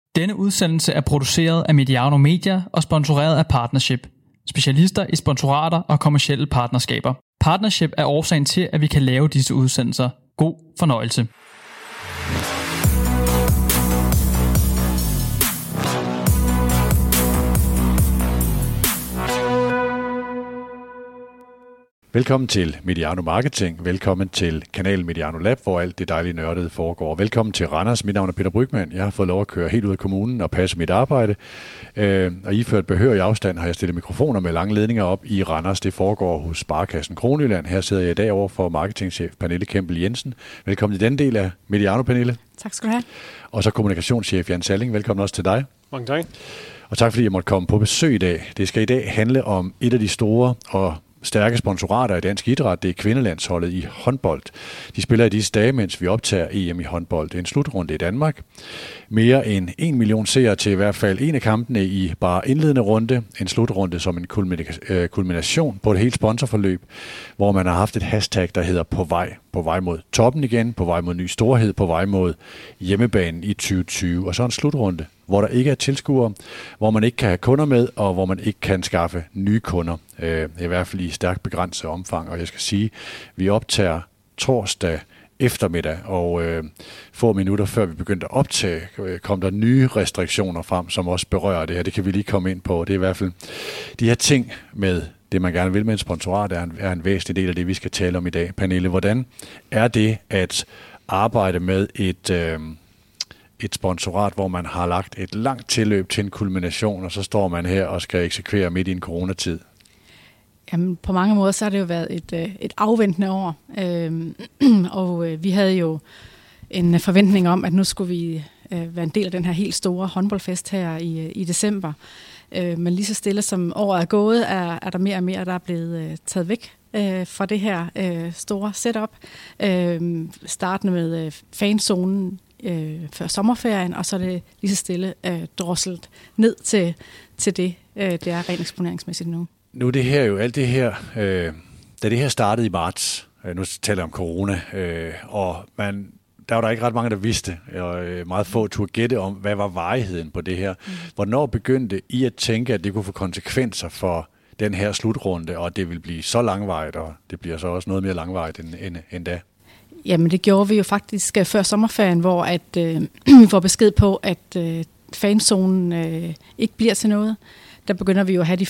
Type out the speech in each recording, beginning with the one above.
Denne udsendelse er produceret af Mediano Media og sponsoreret af Partnership. Specialister i sponsorater og kommercielle partnerskaber. Partnership er årsagen til, at vi kan lave disse udsendelser. God fornøjelse. Velkommen til Mediano Marketing. Velkommen til kanalen Mediano Lab, hvor alt det dejlige nørdede foregår. Velkommen til Randers. Mit navn er Peter Brygmann. Jeg har fået lov at køre helt ud af kommunen og passe mit arbejde. Og iført behørig afstand har jeg stillet mikrofoner med lange ledninger op i Randers. Det foregår hos Sparekassen Kronjylland. Her sidder jeg i dag over for marketingchef Pernille Kempel Jensen. Velkommen til den del af Mediano, Pernille. Tak skal du have. Og så kommunikationschef Jan Salling. Velkommen også til dig. Mange tak. Og tak fordi jeg måtte komme på besøg i dag. Det skal i dag handle om et af de store og stærke sponsorater i dansk idræt. Det er kvindelandsholdet i håndbold. De spiller i disse dage, mens vi optager EM i håndbold. Det er en slutrunde i Danmark. Mere end 1 million seere til i hvert fald en af kampene i bare indledende runde. En slutrunde som en kulmination på et helt sponsorforløb, hvor man har haft et hashtag, der hedder på vej. På vej mod toppen igen, på vej mod ny storhed, på vej mod hjemmebanen i 2020. Og så en slutrunde, hvor der ikke er tilskuere, hvor man ikke kan have kunder med, og hvor man ikke kan skaffe nye kunder. I hvert fald i stærkt begrænset omfang. Og jeg skal sige, at vi optager torsdag eftermiddag, og få minutter før vi begyndte at optage, kom der nye restriktioner frem, som også berører det her. Det kan vi lige komme ind på. Det er i hvert fald de her ting med det, man gerne vil med en sponsorat, er en væsentlig del af det, vi skal tale om i dag. Pernille, hvordan er det at arbejde med et sponsorat, hvor man har lagt et langt tilløb til en kulmination, og så står man her og skal eksekvere midt i en coronatid? Jamen, på mange måder så har det jo været et afventende år, og vi havde jo en forventning om, at nu skulle vi være en del af den her helt store håndboldfest her i december. Men lige så stille som året er gået, er der mere og mere, der er blevet taget væk fra det her store setup. Startende med fanzonen før sommerferien, og så er det lige så stille drosselt ned til det. Det er rent eksponeringsmæssigt nu. Nu er det her jo alt det her, da det her startede i marts, nu taler jeg om corona, og der var der ikke ret mange, der vidste, og meget få turde gætte om, hvad var varigheden på det her. Hvornår begyndte I at tænke, at det kunne få konsekvenser for den her slutrunde, og at det ville blive så langvarigt, og det bliver så også noget mere langvarigt end da? Jamen det gjorde vi jo faktisk før sommerferien, hvor vi får besked på, at fanzonen ikke bliver til noget. Der begynder vi jo at have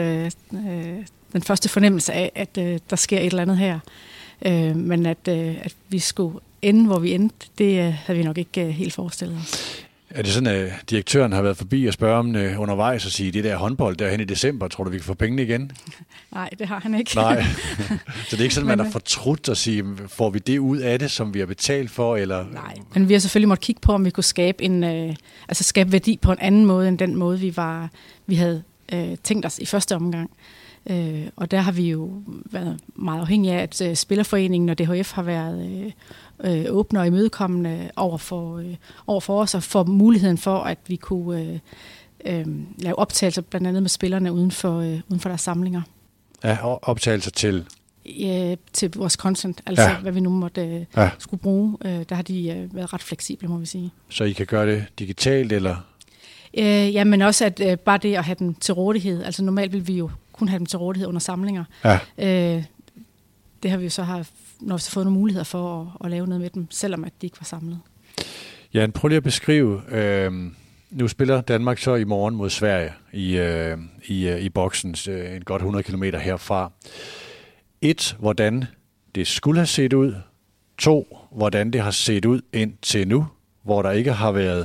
den første fornemmelse af, at der sker et eller andet her. Men at vi skulle ende, hvor vi endte, det havde vi nok ikke helt forestillet os. Er det sådan, at direktøren har været forbi og spørge om undervejs og sige, det der håndbold derhen i december, tror du, vi kan få pengene igen? Nej, det har han ikke. Nej, så det er ikke sådan, at man har fortrudt at sige, får vi det ud af det, som vi har betalt for? Eller? Nej, men vi har selvfølgelig måttet kigge på, om vi kunne skabe værdi på en anden måde, end den måde, vi havde tænkt os i første omgang. Og der har vi jo været meget afhængige af, at Spillerforeningen og DHF har været åbne og imødekommende over for os, og for muligheden for, at vi kunne lave optagelser blandt andet med spillerne uden for deres samlinger. Ja, optagelser til? Ja, til vores content, altså hvad vi nu måtte skulle bruge. Der har de været ret fleksible, må vi sige. Så I kan gøre det digitalt, eller? Ja, men også at bare det at have dem til rådighed. Altså normalt vil vi jo kun have dem til rådighed under samlinger. Ja. Det har vi jo så når vi så fået nogle muligheder for at lave noget med dem, selvom at de ikke var samlet. Jan, prøv lige at beskrive. Nu spiller Danmark så i morgen mod Sverige i boksen, en godt 100 km herfra. 1. Hvordan det skulle have set ud. 2. Hvordan det har set ud indtil nu, hvor der ikke har været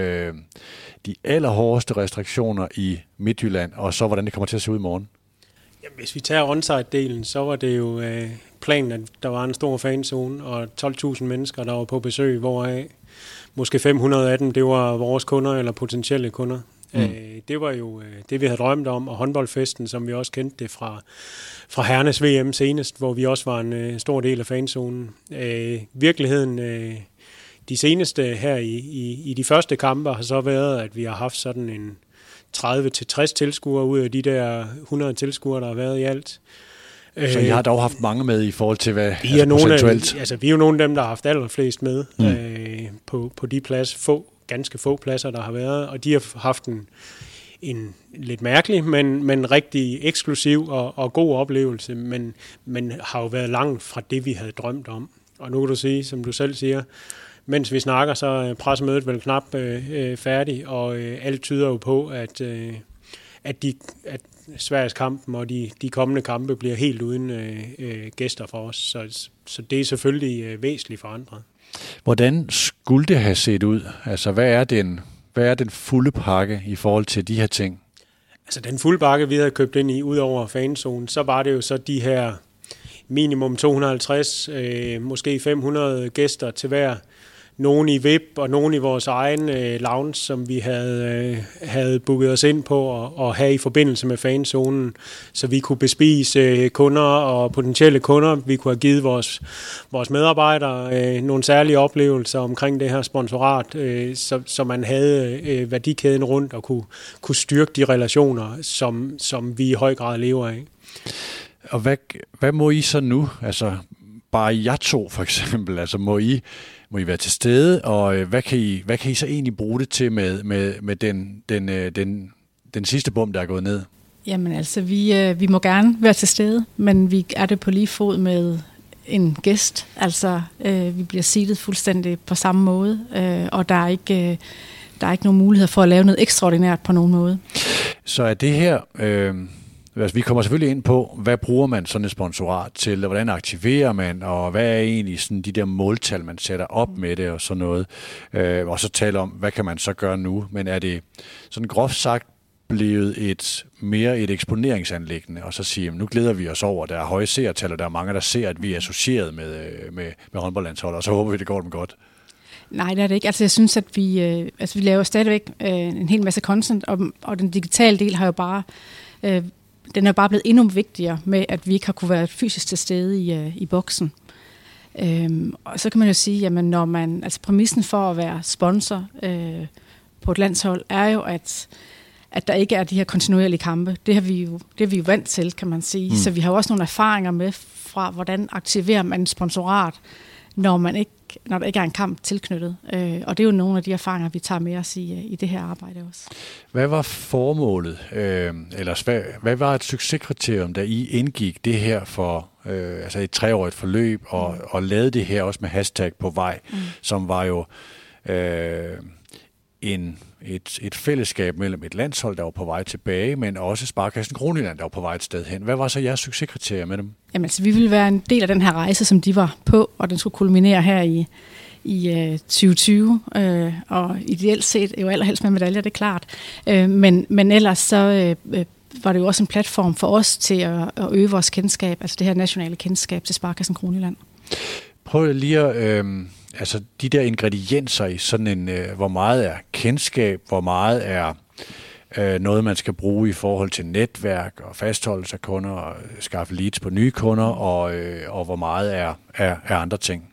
de allerhårdeste restriktioner i Midtjylland, og så hvordan det kommer til at se ud i morgen. Jamen, hvis vi tager onsite-delen, så var det jo planen, at der var en stor fanzone og 12.000 mennesker, der var på besøg, hvoraf måske 500 af dem, det var vores kunder eller potentielle kunder. Det var jo det, vi havde drømt om, og håndboldfesten, som vi også kendte det fra herrenes VM senest, hvor vi også var en stor del af fanzonen. Virkeligheden de seneste her i de første kampe har så været, at vi har haft sådan en 30-60 tilskuere ud af de der 100 tilskuere, der har været i alt. Så I har dog haft mange med i forhold til, hvad procentuelt? Vi er jo nogle af dem, der har haft allerflest med på de ganske få pladser, der har været, og de har haft en lidt mærkelig, men rigtig eksklusiv og god oplevelse, men har jo været langt fra det, vi havde drømt om. Og nu kan du sige, som du selv siger, mens vi snakker, så er pressemødet vel knap færdig, og alt tyder jo på, at Sveriges kampen og de kommende kampe bliver helt uden gæster for os. Så det er selvfølgelig væsentligt forandret. Hvordan skulle det have set ud? Altså, hvad er den fulde pakke i forhold til de her ting? Altså, den fulde pakke, vi havde købt ind i, ud over fanzonen, så var det jo så de her minimum 250, måske 500 gæster til hver. Nogen i VIP og nogen i vores egen lounge, som vi havde booket os ind på og have i forbindelse med fanzonen, så vi kunne bespise kunder og potentielle kunder. Vi kunne have givet vores medarbejdere nogle særlige oplevelser omkring det her sponsorat, så man havde værdikæden rundt og kunne styrke de relationer, som vi i høj grad lever af. Og hvad må I så nu? Altså bare jer to for eksempel, altså må I være til stede, og hvad kan I så egentlig bruge det til med den sidste bom, der er gået ned? Jamen altså, vi må gerne være til stede, men vi er det på lige fod med en gæst. Altså, vi bliver seedet fuldstændig på samme måde, og der er ikke nogen mulighed for at lave noget ekstraordinært på nogen måde. Så er det her... vi kommer selvfølgelig ind på, hvad bruger man sådan et sponsorat til, og hvordan aktiverer man, og hvad er egentlig sådan de der måltal, man sætter op med det og sådan noget. Og så tale om, hvad kan man så gøre nu. Men er det sådan groft sagt blevet mere et eksponeringsanliggende, og så sige, nu glæder vi os over, der er høje seertal, og der er mange, der ser, at vi er associeret med håndboldlandsholdet, og så håber vi, det går dem godt. Nej, det er det ikke. Altså, jeg synes, at vi laver stadigvæk en hel masse content, og den digitale del har jo bare... Den er bare blevet endnu vigtigere med, at vi ikke har kunne være fysisk til stede i boksen. Og så kan man jo sige, jamen præmissen for at være sponsor på et landshold er jo, at der ikke er de her kontinuerlige kampe. Det er vi jo vant til, kan man sige. Så vi har jo også nogle erfaringer med fra, hvordan aktiverer man en sponsorat, når der ikke er en kamp tilknyttet. Og det er jo nogle af de erfaringer, vi tager med os i det her arbejde også. Hvad var formålet, hvad var et succeskriterium, da I indgik det her for et 3-årigt forløb, og lavede det her også med hashtag på vej, som var jo et fællesskab mellem et landshold, der var på vej tilbage, men også Sparkassen Kronjylland, der var på vej et sted hen. Hvad var så jeres succeskriterier med dem? Jamen altså, vi ville være en del af den her rejse, som de var på, og den skulle kulminere her i 2020, og ideelt set jo allerhelst med medaljer, det er klart. Men ellers så var det jo også en platform for os til at øge vores kendskab, altså det her nationale kendskab til Sparkassen Kronjylland. Prøv lige at... de der ingredienser i sådan en, hvor meget er kendskab, hvor meget er noget, man skal bruge i forhold til netværk og fastholdelse af kunder og skaffe leads på nye kunder, og hvor meget er andre ting?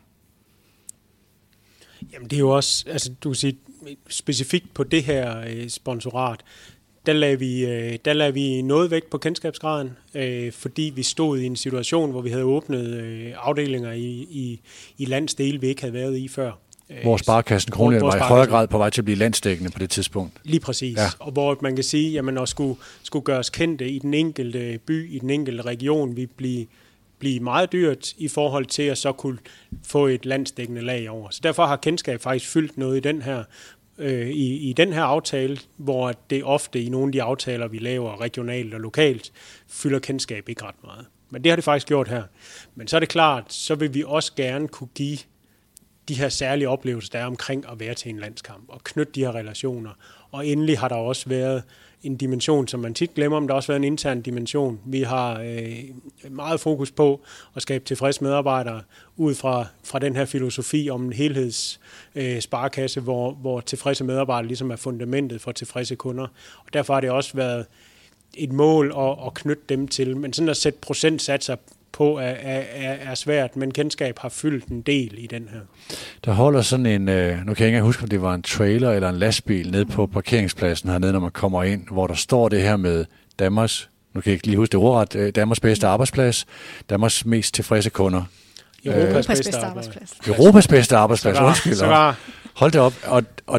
Jamen det er jo også, altså du kan sige, specifikt på det her sponsorat, der lagde vi noget vægt på kendskabsgraden, fordi vi stod i en situation, hvor vi havde åbnet afdelinger i landsdele, vi ikke havde været i før. Hvor Sparkassen Kronjylland var i højere grad på vej til at blive landsdækkende på det tidspunkt. Lige præcis. Ja. Og hvor man kan sige, at man også skulle gøres kendte i den enkelte by, i den enkelte region, vi blive meget dyrt i forhold til at så kunne få et landsdækkende lag over. Så derfor har kendskab faktisk fyldt noget i den her i den her aftale, hvor det ofte i nogle af de aftaler, vi laver regionalt og lokalt, fylder kendskab ikke ret meget. Men det har det faktisk gjort her. Men så er det klart, så vil vi også gerne kunne give de her særlige oplevelser, der er omkring at være til en landskamp, og knytte de her relationer. Og endelig har der også været en dimension, som man tit glemmer, men der har også været en intern dimension. Vi har meget fokus på at skabe tilfredse medarbejdere ud fra den her filosofi om en helhedssparekasse, hvor tilfredse medarbejdere ligesom er fundamentet for tilfredse kunder. Og derfor har det også været et mål at knytte dem til. Men sådan at sætte procentsatser på er svært, men kendskab har fyldt en del i den her. Der holder sådan en, nu kan jeg ikke engang huske, om det var en trailer eller en lastbil nede på parkeringspladsen hernede, når man kommer ind, hvor der står det her med Danmarks, nu kan jeg ikke lige huske det ordret, Danmarks bedste arbejdsplads, Danmarks mest tilfredse kunder. Europas bedste arbejdsplads. Europas bedste arbejdsplads, undskyld. Hold det op, og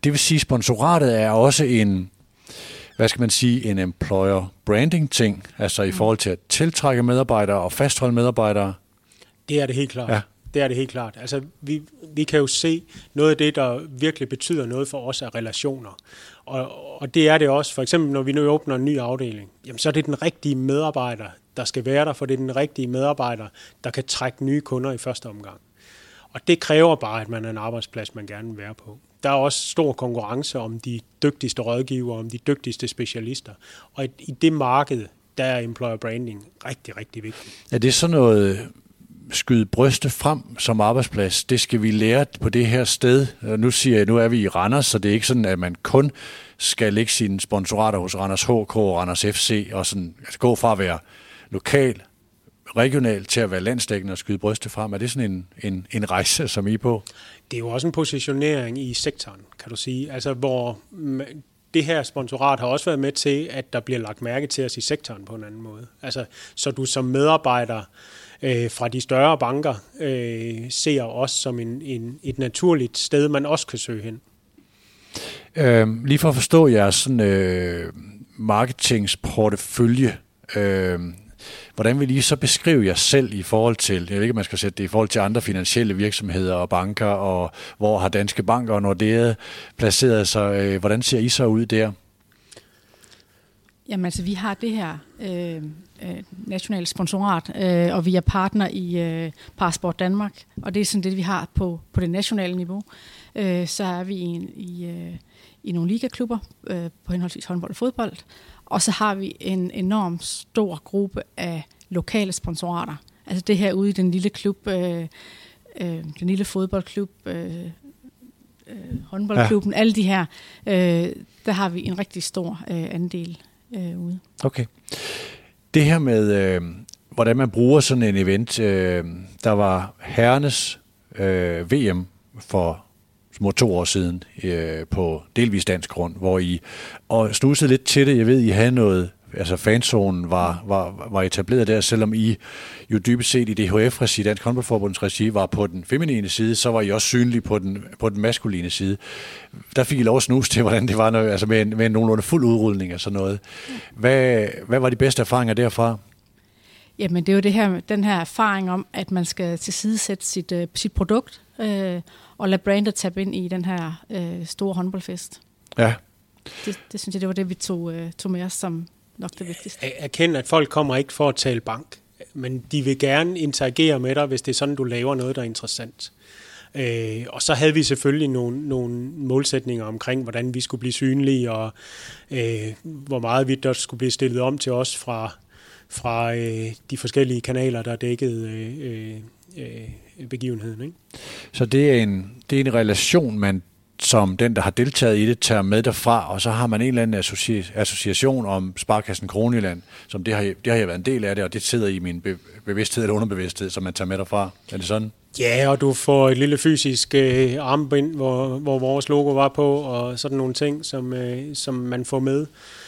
det vil sige, sponsoratet er også en, hvad skal man sige, en employer branding ting, altså i forhold til at tiltrække medarbejdere og fastholde medarbejdere? Det er det helt klart. Ja. Det er det helt klart. Altså, vi kan jo se noget af det, der virkelig betyder noget for os, er relationer. Og det er det også. For eksempel, når vi nu åbner en ny afdeling, jamen, så er det den rigtige medarbejder, der skal være der, for det er den rigtige medarbejder, der kan trække nye kunder i første omgang. Og det kræver bare, at man er en arbejdsplads, man gerne vil være på. Der er også stor konkurrence om de dygtigste rådgivere, om de dygtigste specialister. Og i det marked, der er employer branding rigtig, rigtig vigtigt. Er det sådan noget skyde bryste frem som arbejdsplads? Det skal vi lære på det her sted. Nu siger jeg, nu er vi i Randers, så det er ikke sådan, at man kun skal lægge sine sponsorater hos Randers HK og Randers FC og sådan, altså gå fra at være lokal, regional til at være landsdækkende og skyde bryste frem. Er det sådan en rejse, som I er på? Det er jo også en positionering i sektoren, kan du sige. Altså, hvor det her sponsorat har også været med til, at der bliver lagt mærke til os i sektoren på en anden måde. Altså, så du som medarbejder fra de større banker ser os som et naturligt sted, man også kan søge hen. Lige for at forstå jeres sådan, marketingsportefølje, hvordan vil I så beskrive jer selv i forhold til, jeg ved ikke, om man skal sætte det i forhold til andre finansielle virksomheder og banker, og hvor har Danske Banker og Nordea placeret sig? Hvordan ser I så ud der? Jamen altså, vi har det her nationale sponsorat, og vi er partner i Parasport Danmark, og det er sådan det, vi har på det nationale niveau. Så er vi i nogle ligaklubber på henholdsvis håndbold og fodbold, og så har vi en enorm stor gruppe af lokale sponsorater. Altså det her ude i den lille klub, den lille fodboldklub, håndboldklubben, alle de her, der har vi en rigtig stor andel ude. Okay. Det her med, hvordan man bruger sådan en event, der var herrenes VM for små 2 år siden på delvis dansk grund, hvor I og snusede lidt til det. Jeg ved, I havde noget, altså fanzonen var etableret der, selvom I jo dybest set i DHF-regi, Dansk Håndboldforbunds regi, var på den feminine side, så var I også synlige på den maskuline side. Der fik I lov at snuse til, hvordan det var, altså med en nogenlunde fuld udrulning og sådan noget. Hvad var de bedste erfaringer derfra? Jamen det er jo den her erfaring om, at man skal tilsidesætte sit produkt og lade brandet tabe ind i den her store håndboldfest. Ja. Det synes jeg, det var det, vi tog med os som nok det vigtigste. Erkend, at folk kommer ikke for at tale bank, men de vil gerne interagere med dig, hvis det er sådan, du laver noget, der er interessant. Og så havde vi selvfølgelig nogle målsætninger omkring, hvordan vi skulle blive synlige, og hvor meget vi der skulle blive stillet om til os fra de forskellige kanaler, der dækkede begivenheden. Ikke? Så det er en relation, man som den, der har deltaget i det, tager med derfra, og så har man en eller anden association om Sparekassen Kronjylland, som det har jeg været en del af det, og det sidder i min bevidsthed eller underbevidsthed, som man tager med derfra. Er det sådan? Ja, og du får et lille fysisk armbind, hvor vores logo var på, og sådan nogle ting, som man får med.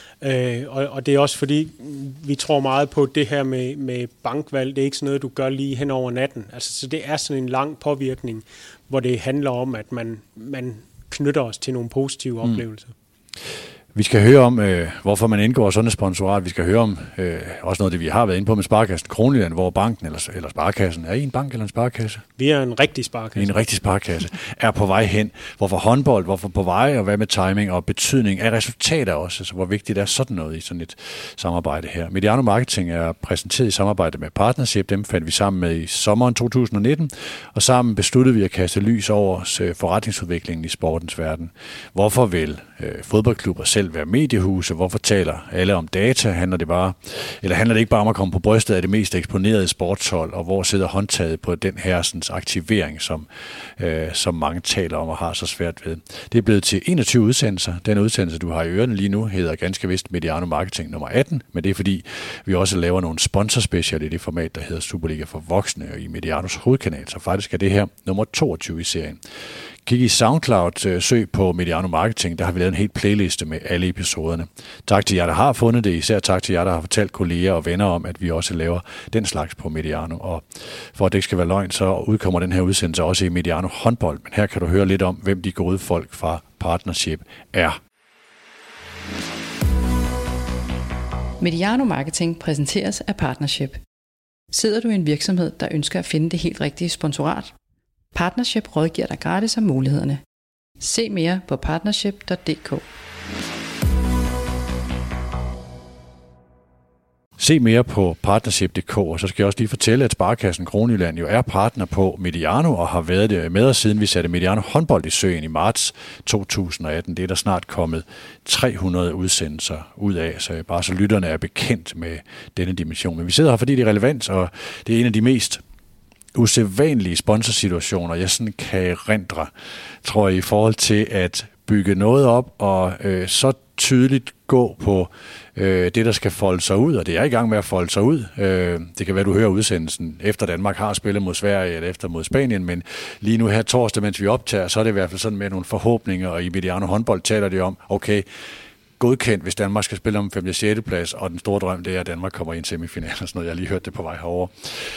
Og det er også fordi, vi tror meget på det her med bankvalg. Det er ikke sådan noget, du gør lige hen over natten. Altså, så det er sådan en lang påvirkning, hvor det handler om, at man knytter os til nogle positive oplevelser. Vi skal høre om, hvorfor man indgår sådan et sponsorat. Vi skal høre om også noget af det, vi har været inde på med Sparekassen Kronjylland, hvor banken eller Sparekassen, er I en bank eller en sparekasse? Vi er en rigtig sparekasse. En rigtig sparekasse er på vej hen. Hvorfor håndbold, hvorfor på vej, og hvad med timing og betydning af resultater også? Altså, hvor vigtigt er sådan noget i sådan et samarbejde her? Mediano Marketing er præsenteret i samarbejde med Partnership. Dem fandt vi sammen med i sommeren 2019, og sammen besluttede vi at kaste lys over forretningsudviklingen i sportens verden. Hvorfor vil fodboldklubber selv være mediehuse? Hvorfor taler alle om data? Handler det ikke bare om at komme på brystet af det mest eksponerede sportshold, og hvor sidder håndtaget på den hersens aktivering, som mange taler om og har så svært ved? Det er blevet til 21 udsendelser. Den udsendelse, du har i ørerne lige nu, hedder ganske vist Mediano Marketing nummer 18, men det er fordi, vi også laver nogle sponsorspecial i det format, der hedder Superliga for Voksne og i Medianos hovedkanal, så faktisk er det her nummer 22 i serien. Kig i SoundCloud, søg på Mediano Marketing, der har vi lavet en helt playliste med alle episoderne. Tak til jer, der har fundet det, især tak til jer, der har fortalt kolleger og venner om, at vi også laver den slags på Mediano. Og for at det ikke skal være løgn, så udkommer den her udsendelse også i Mediano håndbold, men her kan du høre lidt om, hvem de gode folk fra Partnership er. Mediano Marketing præsenteres af Partnership. Sidder du i en virksomhed, der ønsker at finde det helt rigtige sponsorat? Partnership rådgiver dig gratis om mulighederne. Se mere på partnership.dk. Se mere på partnership.dk, og så skal jeg også lige fortælle, at Sparekassen Kronjylland jo er partner på Mediano og har været det med os, siden vi satte Mediano håndbold i søen i marts 2018. Det er der snart kommet 300 udsendelser ud af, så bare så lytterne er bekendt med denne dimension. Men vi sidder her, fordi det er relevant, og det er en af de mest usædvanlige sponsorsituationer, jeg sådan kan erindre, tror jeg, i forhold til at bygge noget op og så tydeligt gå på det, der skal folde sig ud, og det er i gang med at folde sig ud. Det kan være, du hører udsendelsen efter Danmark har spillet mod Sverige eller efter mod Spanien, men lige nu her torsdag, mens vi optager, så er det i hvert fald sådan med nogle forhåbninger, og i Mediano håndbold taler det om, okay, godkendt, hvis Danmark skal spille om 5. og 6. plads, og den store drøm, det er, at Danmark kommer i en semifinal, og sådan noget. Jeg har lige hørt det på vej herover.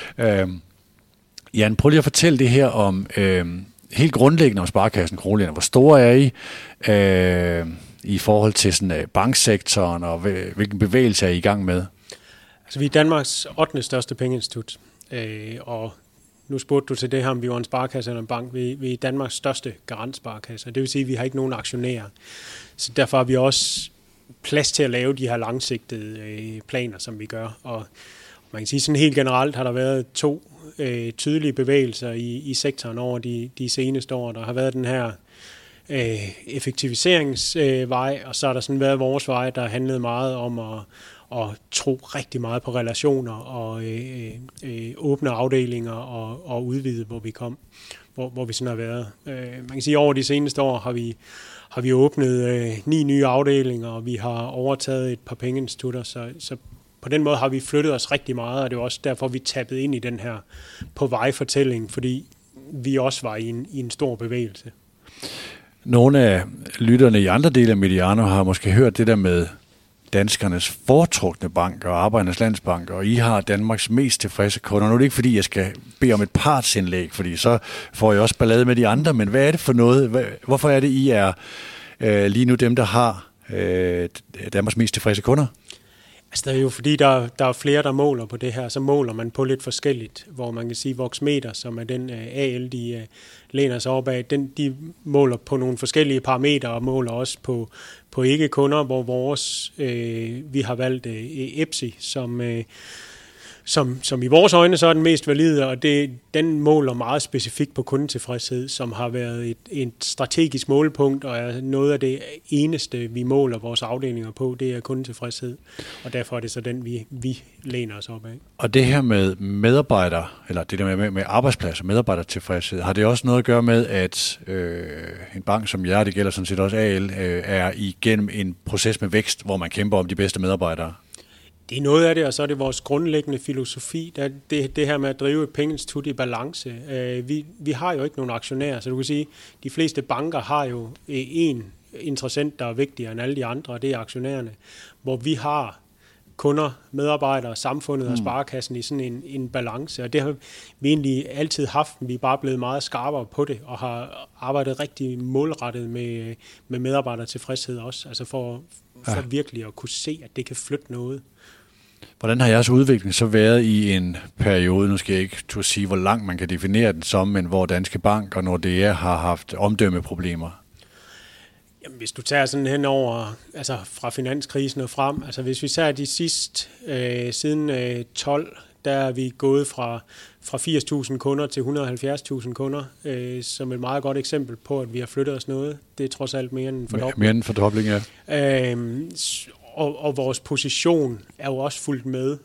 Jan, prøv lige at fortælle det her om helt grundlæggende om Sparekassen Kronjylland. Hvor store er I i forhold til sådan, banksektoren, og hvilken bevægelse er I gang med? Altså, vi er Danmarks 8. største pengeinstitut, og nu spurgte du til det her, om vi var en sparekasse eller en bank. Vi er Danmarks største garantsparekasse, det vil sige, at vi har ikke nogen aktionærer. Så derfor har vi også plads til at lave de her langsigtede planer, som vi gør. Og man kan sige, sådan helt generelt har der været 2 tydelige bevægelser i sektoren over de seneste år. Der har været den her effektiviseringsvej, og så har der sådan været vores vej, der handlede meget om at tro rigtig meget på relationer og åbne afdelinger og udvide, hvor vi kom, hvor vi sådan har været. Man kan sige, at over de seneste år har vi åbnet 9 nye afdelinger, og vi har overtaget et par pengeinstitutter, så på den måde har vi flyttet os rigtig meget, og det er også derfor, vi tappede ind i den her på vej-fortælling, fordi vi også var i en stor bevægelse. Nogle af lytterne i andre dele af Mediano har måske hørt det der med danskernes foretrukne bank og Arbejdernes Landsbank, og I har Danmarks mest tilfredse kunder. Nu er det ikke, fordi jeg skal bede om et partsindlæg, fordi så får jeg også ballade med de andre, men hvad er det for noget? Hvorfor er det, I er lige nu dem, der har Danmarks mest tilfredse kunder? Altså, det er jo fordi, der er flere, der måler på det her. Så måler man på lidt forskelligt, hvor man kan sige, Voxmeter, som er den AL, de læner sig op af, de måler på nogle forskellige parametre og måler også på ikke-kunder, hvor vores, vi har valgt EPSI, som i vores øjne så er den mest valide, og den måler meget specifikt på kundetilfredshed, som har været et strategisk målepunkt, og er noget af det eneste, vi måler vores afdelinger på, det er kundetilfredshed, og derfor er det så den, vi læner os op af. Og det her med medarbejdere, eller det der med arbejdspladser, medarbejdertilfredshed, har det også noget at gøre med, at en bank som jer, det gælder sådan set også AL, er igennem en proces med vækst, hvor man kæmper om de bedste medarbejdere? Det er noget af det, og så er det vores grundlæggende filosofi, det her med at drive et pengeinstitut i balance. Vi har jo ikke nogen aktionærer, så du kan sige, de fleste banker har jo en interessent, der er vigtigere end alle de andre, og det er aktionærerne. Hvor vi har kunder, medarbejdere, samfundet og sparekassen i sådan en balance, og det har vi egentlig altid haft. Vi er bare blevet meget skarpere på det, og har arbejdet rigtig målrettet med medarbejdertilfredshed også, altså for virkelig at kunne se, at det kan flytte noget. Hvordan har jeres udvikling så været i en periode, nu skal jeg ikke turde sige, hvor langt man kan definere den som, men hvor Danske Bank og Nordea har haft omdømmeproblemer? Jamen, hvis du tager sådan hen over, altså fra finanskrisen og frem, altså hvis vi tager de sidste, siden 12, der er vi gået fra 80.000 kunder til 170.000 kunder, som et meget godt eksempel på, at vi har flyttet os noget. Det er trods alt mere end en fordobling. Mere end en fordobling, ja. Og vores position er jo også fulgt med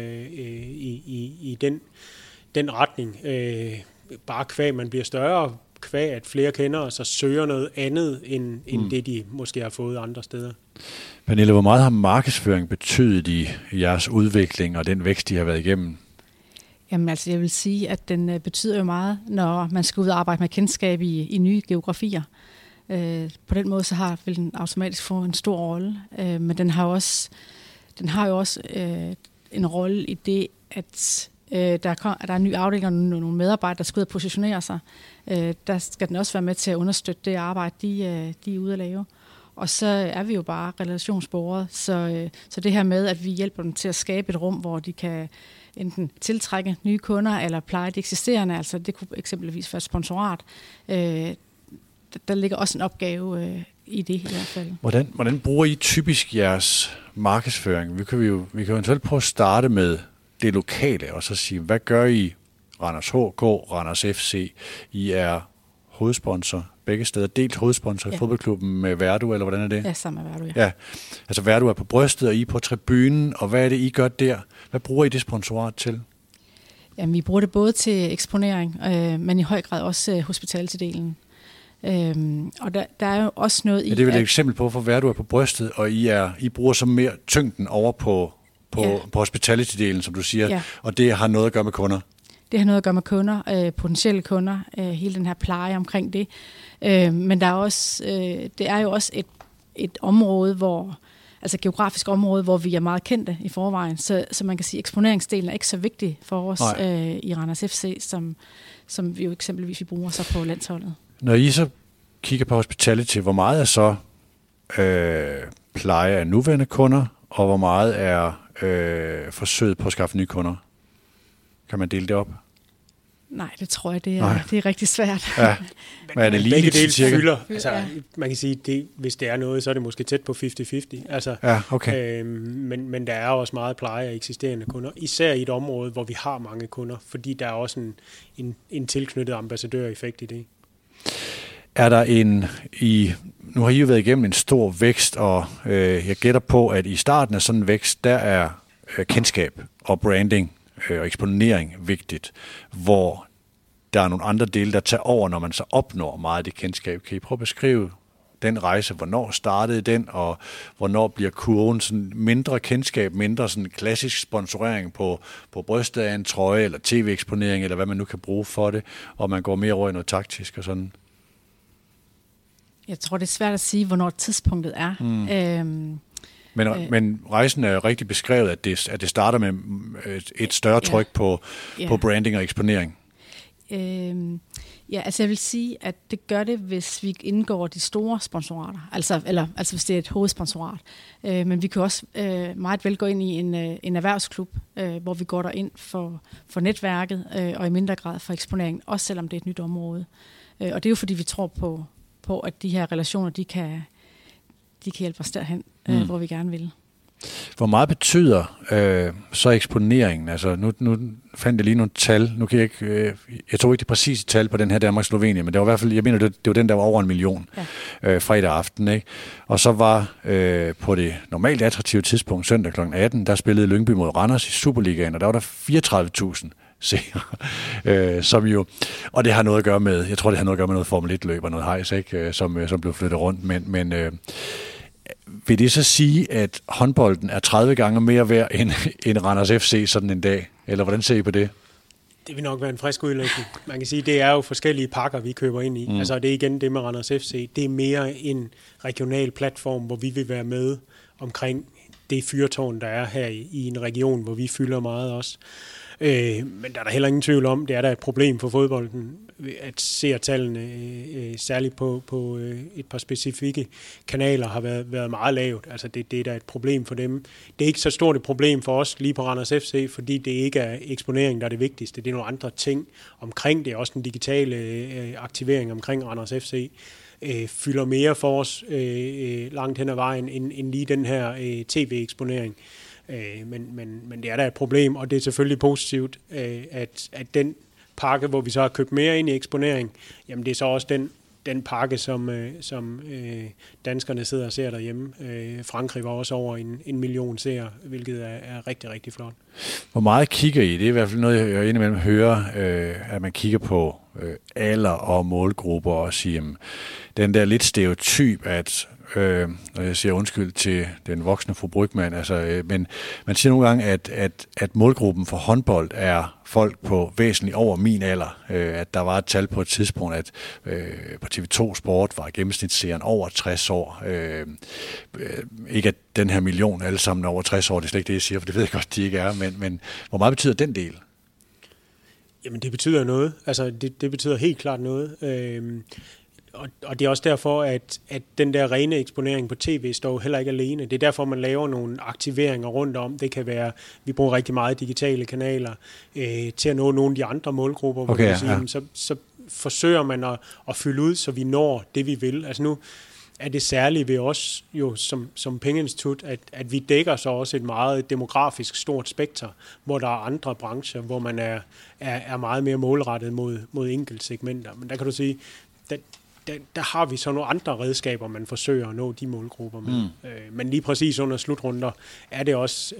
i den retning. Bare kvæg, man bliver større, kvæg, at flere kender os og søger noget andet, end det, de måske har fået andre steder. Pernille, hvor meget har markedsføring betydet i jeres udvikling og den vækst, de har været igennem? Jamen altså, jeg vil sige, at den betyder jo meget, når man skal ud og arbejde med kendskab i nye geografier. På den måde så vil den automatisk få en stor rolle, men den har jo også en rolle i det, at der er en ny afdeling og nogle medarbejdere, der skal ud og positionere sig. Der skal den også være med til at understøtte det arbejde, de er ude at lave. Og så er vi jo bare relationsborgere, så det her med, at vi hjælper dem til at skabe et rum, hvor de kan enten tiltrække nye kunder eller pleje de eksisterende, altså det kunne eksempelvis være et sponsorat. Der ligger også en opgave i det i hvert fald. Hvordan bruger I typisk jeres markedsføring? Vi kan jo eventuelt prøve at starte med det lokale, og så sige, hvad gør I? Randers HK, Randers FC, I er hovedsponsor begge steder, delt hovedsponsor i fodboldklubben med Verdu, eller hvordan er det? Ja, sammen med Verdu, ja. Altså Verdu er på brystet, og I er på tribunen, og hvad er det, I gør der? Hvad bruger I det sponsorat til? Jamen, vi bruger det både til eksponering, men i høj grad også hospitality-delen. Og der er jo også noget i... Ja, det er vel et eksempel på, for Verdu er på brystet, og I bruger så mere tyngden over på hospitality-delen, som du siger, og det har noget at gøre med kunder. Det har noget at gøre med kunder, potentielle kunder, hele den her pleje omkring det. Men der er også, det er jo også et område, altså geografisk område, hvor vi er meget kendte i forvejen. Så man kan sige, at eksponeringsdelen er ikke så vigtig for os i Randers FC, som vi jo eksempelvis vi bruger så på landsholdet. Når I så kigger på hospitality, hvor meget er så pleje af nuværende kunder, og hvor meget er forsøget på at skaffe nye kunder? Kan man dele det op? Nej, det tror jeg, det er rigtig svært. Ja. Men er det lige lidt cirka? Fylder. Altså, man kan sige, at hvis det er noget, så er det måske tæt på 50-50. Altså, okay. Men der er også meget pleje af eksisterende kunder, især i et område, hvor vi har mange kunder, fordi der er også en tilknyttet ambassadøreffekt i det. Er der nu har I jo været igennem en stor vækst, og jeg gætter på, at i starten af sådan en vækst, der er kendskab og branding og eksponering vigtigt, hvor der er nogle andre dele, der tager over, når man så opnår meget af det kendskab. Kan I prøve at beskrive den rejse? Hvornår startede den, og hvornår bliver kurven sådan mindre kendskab, mindre sådan klassisk sponsorering på brystet af en trøje, eller tv-eksponering, eller hvad man nu kan bruge for det, og man går mere over i noget taktisk og sådan? Jeg tror, det er svært at sige, hvornår tidspunktet er. Men rejsen er rigtig beskrevet, at det starter med et større tryk på branding og eksponering. Altså jeg vil sige, at det gør det, hvis vi indgår de store sponsorater, altså hvis det er et hovedsponsorat. Men vi kan også meget vel gå ind i en erhvervsklub, hvor vi går derind for netværket, og i mindre grad for eksponeringen, også selvom det er et nyt område. Og det er jo fordi, vi tror på at de her relationer, de kan hjælpe os derhen, hvor vi gerne vil. Hvor meget betyder så eksponeringen? Altså nu fandt jeg lige nogle tal. Nu kan jeg ikke, jeg tror ikke det præcise tal på den her Danmark-Slovenien, men det var i hvert fald, jeg mener, det var den, der var over 1 million fredag aften, ikke? Og så var på det normalt attraktive tidspunkt, søndag kl. 18, der spillede Lyngby mod Randers i Superligaen, og der var der 34.000 seere, som jo, og det har noget at gøre med, jeg tror det har noget at gøre med noget Formel 1-løb og noget hejs, ikke? Som blev flyttet rundt, men vil det så sige, at håndbolden er 30 gange mere værd end Randers FC sådan en dag? Eller hvordan ser I på det? Det vil nok være en frisk udlægning. Man kan sige, det er jo forskellige pakker, vi køber ind i. Altså det er igen det med Randers FC. Det er mere en regional platform, hvor vi vil være med omkring det fyrtårn, der er her i en region, hvor vi fylder meget også. Men der er der heller ingen tvivl om, det er der et problem for fodbolden, at seertallene, særligt på et par specifikke kanaler, har været meget lavt. Altså det er da et problem for dem. Det er ikke så stort et problem for os lige på Randers FC, fordi det ikke er eksponering, der er det vigtigste. Det er nogle andre ting omkring det, også den digitale aktivering omkring Randers FC. Fylder mere for os langt hen ad vejen, end lige den her tv-eksponering. Men det er da et problem, og det er selvfølgelig positivt, at den pakke, hvor vi så har købt mere ind i eksponering, jamen det er så også den pakke, som danskerne sidder og ser derhjemme. Frankrig var også over 1 million seere, hvilket er rigtig, rigtig flot. Hvor meget kigger I? Det er i hvert fald noget, jeg indimellem hører, at man kigger på alder og målgrupper og siger, den der lidt stereotyp, at og jeg siger undskyld til den voksne fru Brygmann, men man siger nogle gange, at målgruppen for håndbold er folk på væsentligt over min alder. At der var et tal på et tidspunkt, at på TV2 Sport var gennemsnitsserien over 60 år. Ikke at den her million alle sammen er over 60 år, det er slet ikke det, jeg siger, for det ved jeg godt, de ikke er, men hvor meget betyder den del? Jamen, det betyder noget. Altså, det betyder helt klart noget. Og det er også derfor, at den der rene eksponering på tv står heller ikke alene. Det er derfor, man laver nogle aktiveringer rundt om. Det kan være, vi bruger rigtig meget digitale kanaler til at nå nogle af de andre målgrupper. Okay, så forsøger man at fylde ud, så vi når det, vi vil. Altså nu er det særligt ved os jo som pengeinstitut, at vi dækker så også et meget demografisk stort spekter, hvor der er andre brancher, hvor man er meget mere målrettet mod enkeltsegmenter. Men der kan du sige, der har vi så nogle andre redskaber, man forsøger at nå de målgrupper med. Men lige præcis under slutrunder er det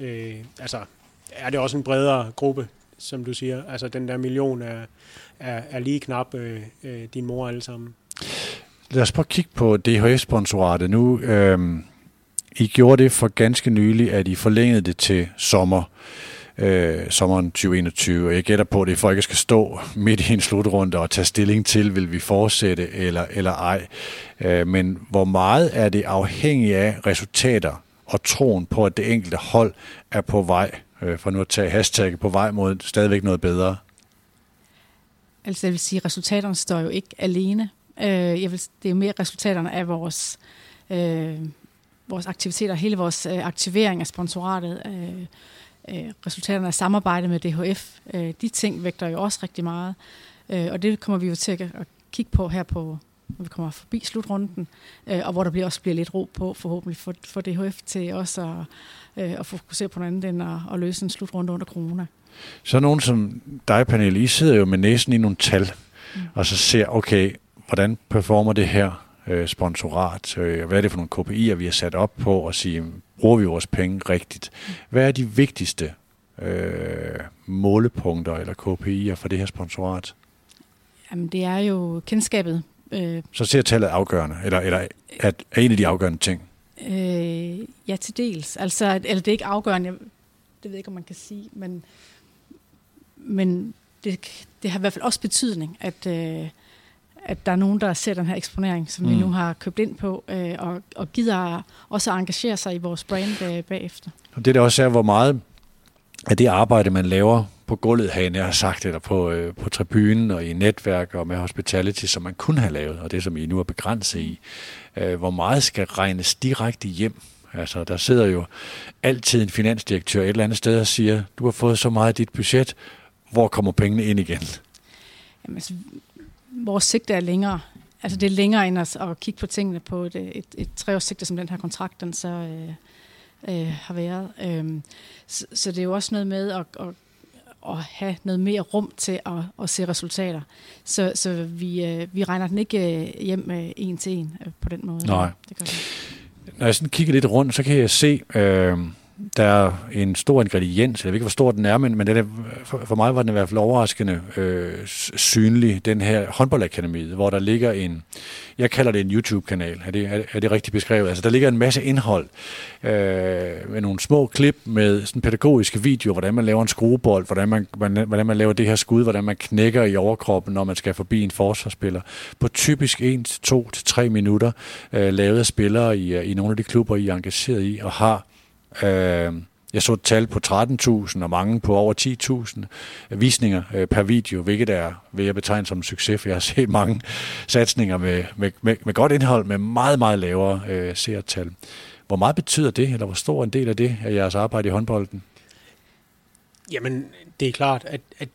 også en bredere gruppe, som du siger. Altså den der million er lige knap din mor alle sammen. Lad os prøve at kigge på DHF-sponsoratet nu. I gjorde det for ganske nylig, at I forlængede det til sommeren 2021, og jeg gætter på, at det folk skal stå midt i en slutrunde og tage stilling til, vil vi fortsætte eller ej. Men hvor meget er det afhængigt af resultater og troen på, at det enkelte hold er på vej, for nu at tage hashtagget, på vej mod stadigvæk noget bedre? Altså jeg vil sige, at resultaterne står jo ikke alene. Det er jo mere resultaterne af vores aktiviteter, hele vores aktivering af sponsoratet, resultaterne af samarbejde med DHF. De ting vægter jo også rigtig meget, og det kommer vi jo til at kigge på her når vi kommer forbi slutrunden, og hvor der også bliver lidt ro på forhåbentlig for DHF til også at fokusere på noget andet end at løse en slutrunde under corona. Så nogen som dig, Pernille, I sidder jo med næsen i nogle tal, og så ser, okay, hvordan performer det her sponsorat? Hvad er det for nogle KPI'er, vi har sat op på, og sige, bruger vi vores penge rigtigt? Hvad er de vigtigste målepunkter eller KPI'er for det her sponsorat? Jamen, det er jo kendskabet. Så ser tallet afgørende, eller er en af de afgørende ting? Ja, til dels. Altså, eller det er ikke afgørende, det ved jeg ikke, om man kan sige, men det har i hvert fald også betydning, at der er nogen, der ser den her eksponering, som vi nu har købt ind på, og gider også at engagere sig i vores brand bagefter. Og det der også er, hvor meget af det arbejde, man laver på gulvet herinde, jeg har sagt, eller på tribunen og i netværk og med hospitality, som man kunne have lavet, og det som I nu er begrænset i, hvor meget skal regnes direkte hjem? Altså, der sidder jo altid en finansdirektør et eller andet sted og siger, du har fået så meget af dit budget, hvor kommer pengene ind igen? Jamen, altså, vores sigte er længere. Altså det er længere end at kigge på tingene på et 3-års sigte, som den her kontrakt den så har været. Så det er jo også noget med at have noget mere rum til at se resultater. Så vi regner den ikke hjem en til en på den måde. Nej. Det gør vi. Når jeg sådan kigger lidt rundt, så kan jeg se, der er en stor ingrediens, jeg ved ikke, hvor stor den er, men den er, for mig var den i hvert fald overraskende synlig, den her håndboldakademiet, hvor der ligger jeg kalder det en YouTube-kanal, er det rigtigt beskrevet? Altså, der ligger en masse indhold med nogle små klip med sådan pædagogiske videoer, hvordan man laver en skruebold, hvordan man laver det her skud, hvordan man knækker i overkroppen, når man skal forbi en forsvarsspiller. På typisk 1, 2 til 3 minutter lavet af spillere i nogle af de klubber, I er engageret i, og har jeg så et tal på 13.000 og mange på over 10.000 visninger per video, hvilket vil jeg betegne som en succes, for jeg har set mange satsninger med godt indhold, med meget, meget lavere seertal. Hvor meget betyder det, eller hvor stor en del af det af jeres arbejde i håndbolden? Jamen, det er klart, at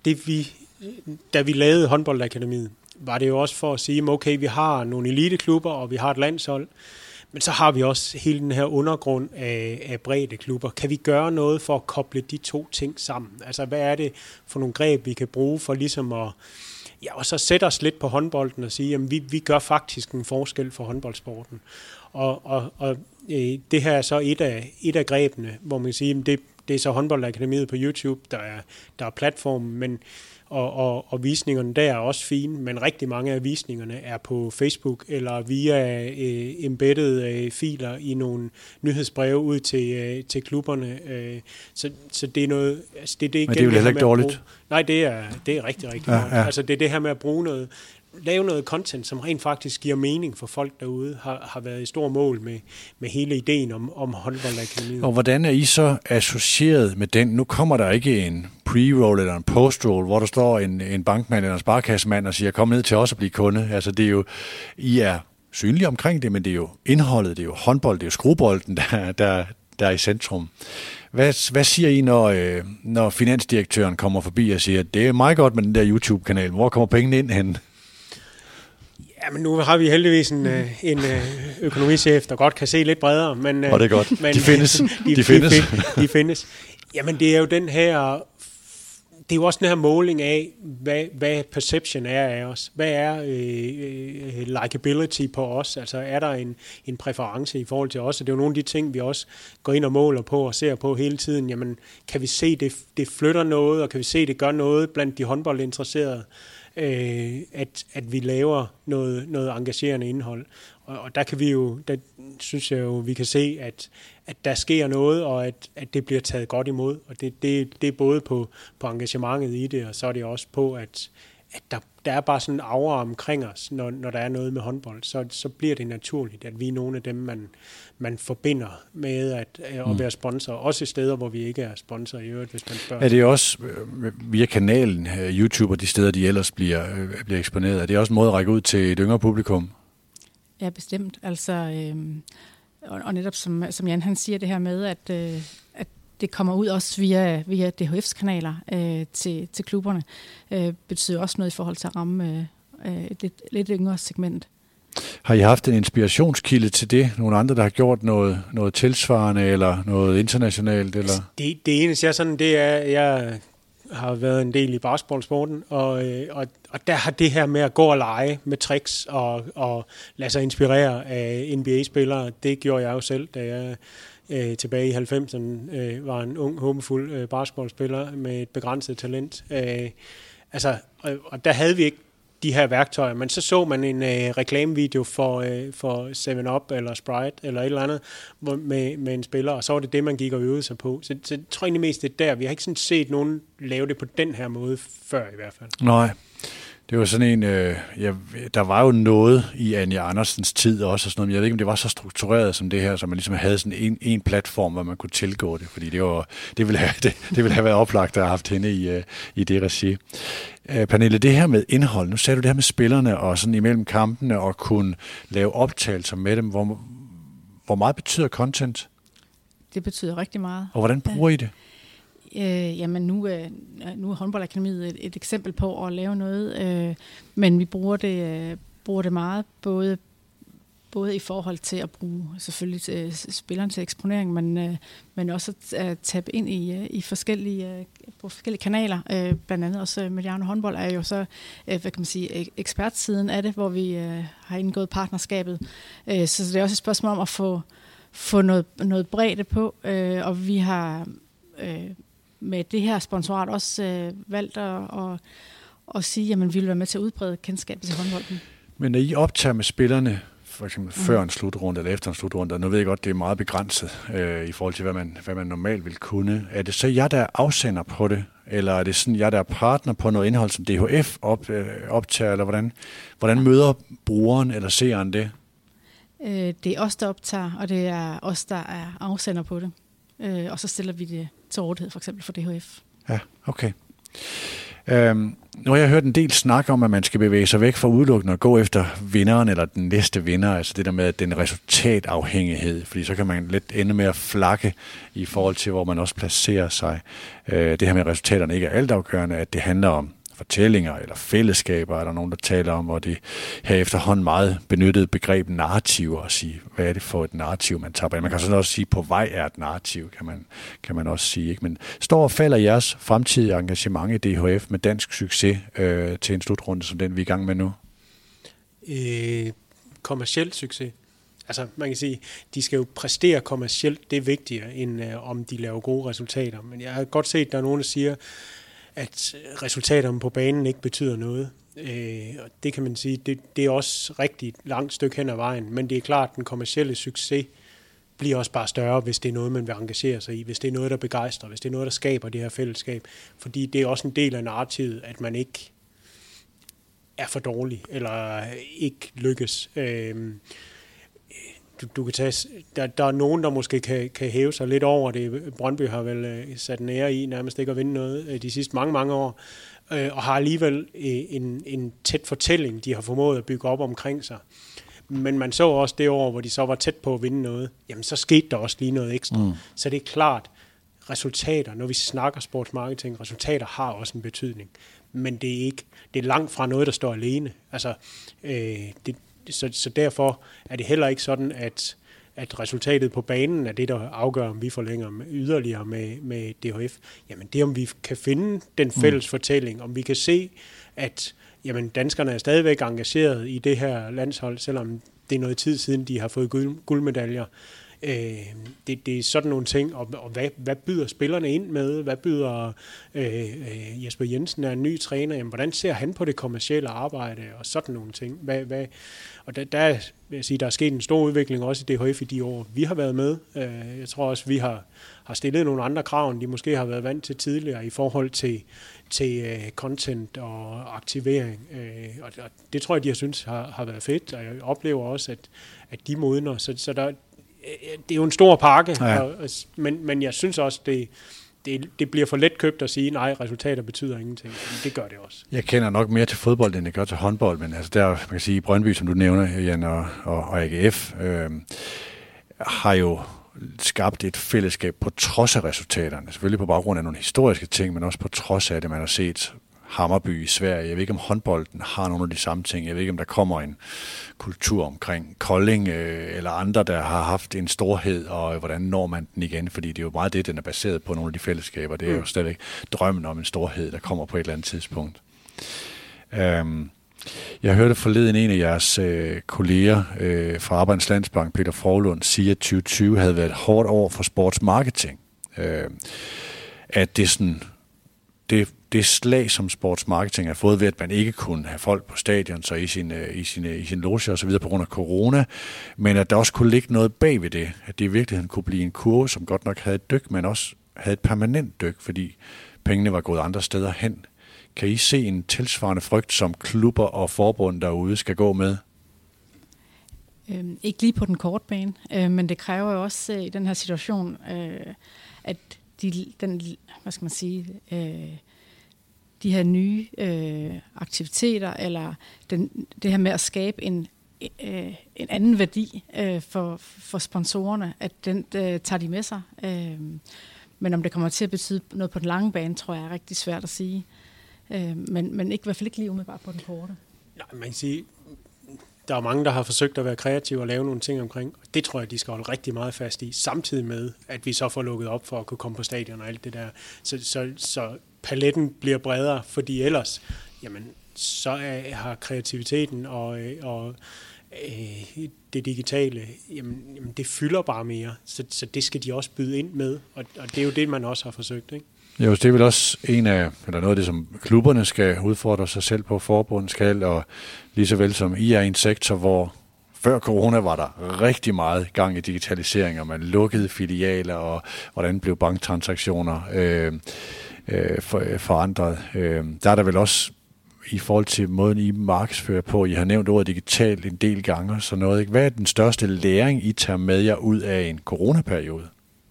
da vi lavede håndboldakademiet, var det jo også for at sige, okay, vi har nogle eliteklubber, og vi har et landshold, men så har vi også hele den her undergrund af bredde klubber. Kan vi gøre noget for at koble de to ting sammen? Altså, hvad er det for nogle greb, vi kan bruge for ligesom at og så sætte os lidt på håndbolden og sige, at vi gør faktisk en forskel for håndboldsporten. Og det her er så et af grebene, hvor man kan sige, at det er så håndboldakademiet på YouTube, der er platformen, men og visningerne der er også fine, men rigtig mange af visningerne er på Facebook eller via embedded filer i nogle nyhedsbreve ud til klubberne. Så det er noget... Altså det er men det er jo heller ikke dårligt. Nej, det er rigtig, rigtig godt. Ja. Altså det er det her med at bruge noget, lave noget content, som rent faktisk giver mening for folk derude, har været i stor mål med hele ideen om håndboldakademiet. Og hvordan er I så associeret med den? Nu kommer der ikke en pre-roll eller en post-roll, hvor der står en bankmand eller en sparekassemand og siger, kom ned til os og blive kunde. Altså det er jo, I er synlige omkring det, men det er jo indholdet, det er jo håndbold, det er jo skruebolden, der er i centrum. Hvad siger I, når finansdirektøren kommer forbi og siger, det er meget godt med den der YouTube-kanal, hvor kommer pengene ind hen? Ja, men nu har vi heldigvis en økonomichef, der godt kan se lidt bredere. Men, og det er godt. Men, de findes. De findes. Jamen, det er jo den her... Det er jo også den her måling af, hvad perception er af os. Hvad er likability på os? Altså, er der en præference i forhold til os? Og det er jo nogle af de ting, vi også går ind og måler på og ser på hele tiden. Jamen, kan vi se, det flytter noget, og kan vi se, det gør noget blandt de håndboldinteresserede? At vi laver noget engagerende indhold. Og der kan vi jo, der synes jeg jo, vi kan se, at der sker noget, og at det bliver taget godt imod. Og det er både på engagementet i det, og så er det også på, at der er bare sådan en aura omkring os, når der er noget med håndbold. Så bliver det naturligt, at vi er nogle af dem, man forbinder med at være sponsor. Også i steder, hvor vi ikke er sponsor i øvrigt, hvis man spørger. Er det også via kanalen, YouTube og de steder, de ellers bliver eksponeret? Er det også en måde at række ud til et yngre publikum? Ja, bestemt. Altså, og netop som Jan han siger, det her med, at det kommer ud også via DHF's kanaler til klubberne, betyder også noget i forhold til at ramme et lidt yngre segment. Har I haft en inspirationskilde til det? Nogle andre, der har gjort noget tilsvarende eller noget internationalt? Eller? Det eneste, jeg har været en del i basketballsporten, og der har det her med at gå og lege med tricks og lade sig inspirere af NBA-spillere, det gjorde jeg jo selv, da jeg tilbage i 90'erne var en ung, håbefuld basketballspiller med et begrænset talent. Og der havde vi ikke de her værktøjer, men så man en reklamevideo for 7-Up eller Sprite eller et eller andet med en spiller, og så var det man gik og øvede sig på. Så jeg tror egentlig mest, det er der. Vi har ikke sådan set nogen lave det på den her måde før i hvert fald. Nej. Det var sådan en, der var jo noget i Anja Andersens tid også, og sådan noget, men jeg ved ikke, om det var så struktureret som det her, så man ligesom havde sådan en platform, hvor man kunne tilgå det, fordi det ville have været oplagt at have haft hende i det regi. Pernille, det her med indhold, nu sagde du det her med spillerne og sådan imellem kampene og kunne lave optagelser med dem, hvor meget betyder content? Det betyder rigtig meget. Og hvordan bruger I det? Jamen nu er håndboldakademiet et eksempel på at lave noget, men vi bruger det meget, både i forhold til at bruge selvfølgelig spilleren til eksponering, men også at tabe ind på forskellige kanaler. Blandt andet også Mediano Håndbold er jo så, ekspertsiden af det, hvor vi har indgået partnerskabet. Så det er også et spørgsmål om at få noget bredde på, og vi har med det her sponsorat også valgt at sige, jamen vi vil være med til at udbrede kendskabet til håndbolden. Men når I optager med spillerne, for eksempel før en slutrunde eller efter en slutrunde, og nu ved jeg godt, det er meget begrænset i forhold til, hvad man normalt vil kunne. Er det så jer, der er afsender på det, eller er det sådan jer, der er partner på noget indhold, som DHF optager, eller hvordan møder brugeren eller seeren det? Det er os, der optager, og det er os, der er afsender på det. Og så stiller vi det til rådighed, for eksempel for DHF. Ja, okay. Nu har jeg hørt en del snak om, at man skal bevæge sig væk fra udelukkende og gå efter vinderen eller den næste vinder, altså det der med den resultatafhængighed, fordi så kan man lidt ende med at flakke i forhold til, hvor man også placerer sig. Det her med resultaterne ikke er altafgørende, at det handler om fortællinger eller fællesskaber, er der nogen, der taler om, hvor det her efterhånden meget benyttede begreb narrativer, og sige, hvad er det for et narrativ, man tager på? Man kan sådan også sige, på vej er et narrativ, kan man også sige. Ikke? Men står og falder jeres fremtidige engagement i DHF med dansk succes til en slutrunde, som den vi er i gang med nu? Kommerciel succes. Altså, man kan sige, de skal jo præstere kommercielt, det er vigtigere, end om de laver gode resultater. Men jeg har godt set, at der er nogen, der siger, at resultaterne på banen ikke betyder noget. Og det kan man sige, det er også rigtig langt stykke hen ad vejen, men det er klart, at den kommercielle succes bliver også bare større, hvis det er noget, man vil engagere sig i, hvis det er noget, der begejstrer, hvis det er noget, der skaber det her fællesskab. Fordi det er også en del af narrativet, at man ikke er for dårlig, eller ikke lykkes. Du kan tage, der er nogen, der måske kan hæve sig lidt over det. Brøndby har vel sat en ære i nærmest ikke at vinde noget de sidste mange år, og har alligevel en tæt fortælling, de har formået at bygge op omkring sig. Men man så også det år, hvor de så var tæt på at vinde noget, jamen så skete der også lige noget ekstra. Så det er klart, resultater, når vi snakker sportsmarketing, resultater har også en betydning. Men det er langt fra noget, der står alene. Altså, så derfor er det heller ikke sådan, at resultatet på banen er det, der afgør, om vi forlænger yderligere med DHF. Jamen det, om vi kan finde den fælles fortælling, om vi kan se, at jamen, danskerne er stadigvæk engageret i det her landshold, selvom det er noget tid siden, de har fået guldmedaljer. Det er sådan nogle ting, og hvad byder spillerne ind med? Hvad byder Jesper Jensen, er en ny træner? Jamen, hvordan ser han på det kommercielle arbejde? Og sådan nogle ting. Og der vil jeg sige, der er sket en stor udvikling også i DHF i de år, vi har været med. Jeg tror også, vi har stillet nogle andre krav, end de måske har været vant til tidligere i forhold til content og aktivering. Og det tror jeg, de har synes har været fedt, og jeg oplever også, at de modner. Så der det er jo en stor pakke, ja. Men jeg synes også, det bliver for let købt at sige, nej, resultater betyder ingenting. Det gør det også. Jeg kender nok mere til fodbold, end jeg gør til håndbold, men altså der, man kan sige, Brøndby, som du nævner, Jan, og AGF, har jo skabt et fællesskab på trods af resultaterne. Selvfølgelig på baggrund af nogle historiske ting, men også på trods af det, man har set Hammarby i Sverige. Jeg ved ikke, om håndbolden har nogle af de samme ting. Jeg ved ikke, om der kommer en kultur omkring Kolding eller andre, der har haft en storhed, og hvordan når man den igen, fordi det er jo meget det, den er baseret på, nogle af de fællesskaber. Det er jo stadigvæk drømmen om en storhed, der kommer på et eller andet tidspunkt. Jeg hørte forleden en af jeres kolleger fra Arbejdernes Landsbank, Peter Forlund, sige, at 2020 havde været et hårdt år for sportsmarketing. At det sådan det slag, som sportsmarketing har fået ved, at man ikke kunne have folk på stadion, så i sin loge og så videre på grund af corona, men at der også kunne ligge noget bag ved det, at det i virkeligheden kunne blive en kurve, som godt nok havde et dyk, men også havde et permanent dyk, fordi pengene var gået andre steder hen. Kan I se en tilsvarende frygt, som klubber og forbund derude skal gå med? Ikke lige på den korte bane, men det kræver jo også i den her situation, at de her nye aktiviteter, eller det her med at skabe en anden værdi for sponsorerne, at den tager de med sig. Men om det kommer til at betyde noget på den lange bane, tror jeg er rigtig svært at sige. Men ikke, i hvert fald ikke lige umiddelbart på den korte. Nej, man kan sige, der er mange, der har forsøgt at være kreative og lave nogle ting omkring, og det tror jeg, de skal holde rigtig meget fast i, samtidig med, at vi så får lukket op for at kunne komme på stadion og alt det der. Så paletten bliver bredere, fordi ellers, jamen, så har kreativiteten og det digitale, jamen, det fylder bare mere, så det skal de også byde ind med, og det er jo det, man også har forsøgt, ikke? Jo, det er vel også noget af det, som klubberne skal udfordre sig selv på, forbundet skal, og lige så vel som I er en sektor, hvor før corona var der rigtig meget gang i digitalisering, og man lukkede filialer, og hvordan blev banktransaktioner forandret. Der er der vel også i forhold til måden, I markedsfører på, I har nævnt ordet digitalt en del gange, så noget, ikke? Hvad er den største læring, I tager med jer ud af en coronaperiode?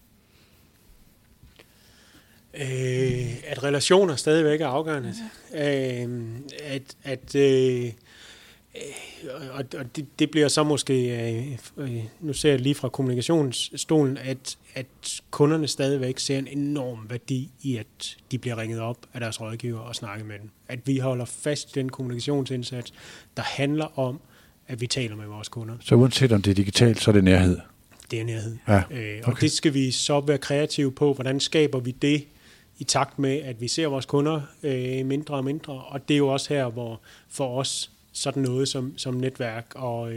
At relationer stadigvæk er afgørende. Og det bliver så måske, nu ser jeg lige fra kommunikationsstolen, at kunderne stadigvæk ser en enorm værdi i, at de bliver ringet op af deres rådgiver og snakker med dem. At vi holder fast i den kommunikationsindsats, der handler om, at vi taler med vores kunder. Så uanset om det er digitalt, så er det nærhed? Det er nærhed. Ja, okay. Og det skal vi så være kreative på. Hvordan skaber vi det i takt med, at vi ser vores kunder mindre og mindre? Og det er jo også her, hvor for os sådan noget som netværk og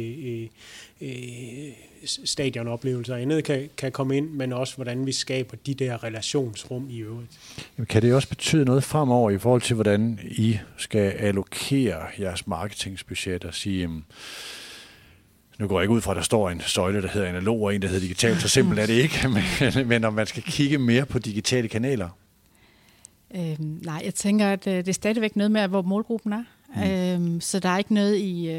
stadionoplevelser og andet kan komme ind, men også hvordan vi skaber de der relationsrum i øvrigt. Jamen, kan det også betyde noget fremover i forhold til, hvordan I skal allokere jeres marketingsbudget og sige, nu går jeg ikke ud fra, at der står en søjle, der hedder analog, og en, der hedder digital, så simpelt er det ikke, men om man skal kigge mere på digitale kanaler? Nej, jeg tænker, at det er stadigvæk noget med, hvor målgruppen er. Så der er ikke noget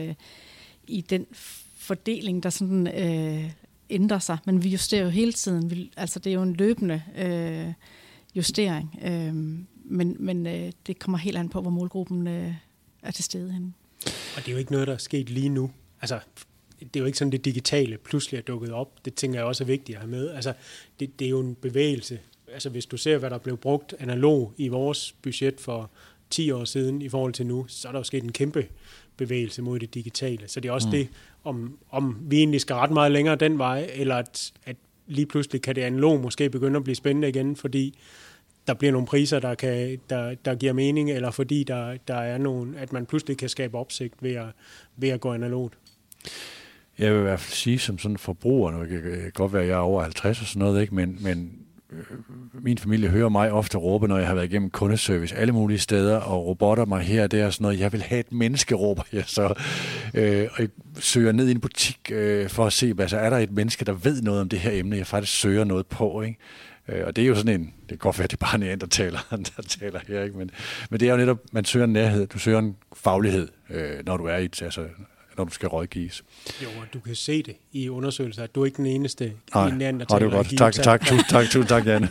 i den fordeling, der sådan ændrer sig, men vi justerer jo hele tiden. Altså, det er jo en løbende justering, men det kommer helt an på, hvor målgruppen er til stede henne. Og det er jo ikke noget, der er sket lige nu. Altså, det er jo ikke sådan, det digitale pludselig er dukket op. Det tænker jeg også er vigtigt at have med. Altså, det er jo en bevægelse. Altså, hvis du ser, hvad der blev brugt analog i vores budget for 10 år siden i forhold til nu, så er der jo sket en kæmpe bevægelse mod det digitale. Så det er også det, om vi egentlig skal ret meget længere den vej, eller at lige pludselig kan det analog måske begynde at blive spændende igen, fordi der bliver nogle priser, der giver mening, eller fordi der er nogen, at man pludselig kan skabe opsigt ved at gå analogt. Jeg vil i hvert fald sige, som sådan en forbruger, nu kan det godt være, at jeg er over 50 og sådan noget, ikke? Men min familie hører mig ofte råbe, når jeg har været igennem kundeservice alle mulige steder, og robotter mig her og der og sådan noget. Jeg vil have et menneske, råber jeg så. Og jeg søger ned i en butik for at se, altså er der et menneske, der ved noget om det her emne, jeg faktisk søger noget på, ikke? Og det er jo sådan en, det kan godt være, at det er bare en, der taler her, ikke? Men det er jo netop, man søger en nærhed, du søger en faglighed, når du er i et, altså når du skal rådgives. Jo, og du kan se det i undersøgelser, at du er ikke den eneste i nærheden, der taler. Det er godt. Tak, Janne.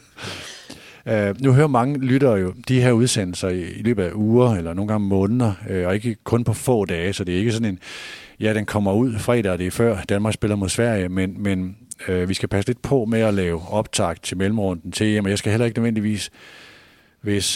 Nu hører mange lyttere jo de her udsendelser i løbet af uger, eller nogle gange måneder, og ikke kun på få dage, så det er ikke sådan en, ja, den kommer ud fredag, og det er før Danmark spiller mod Sverige, men vi skal passe lidt på med at lave optakt til mellemrunden til EM, og jeg skal heller ikke nødvendigvis, hvis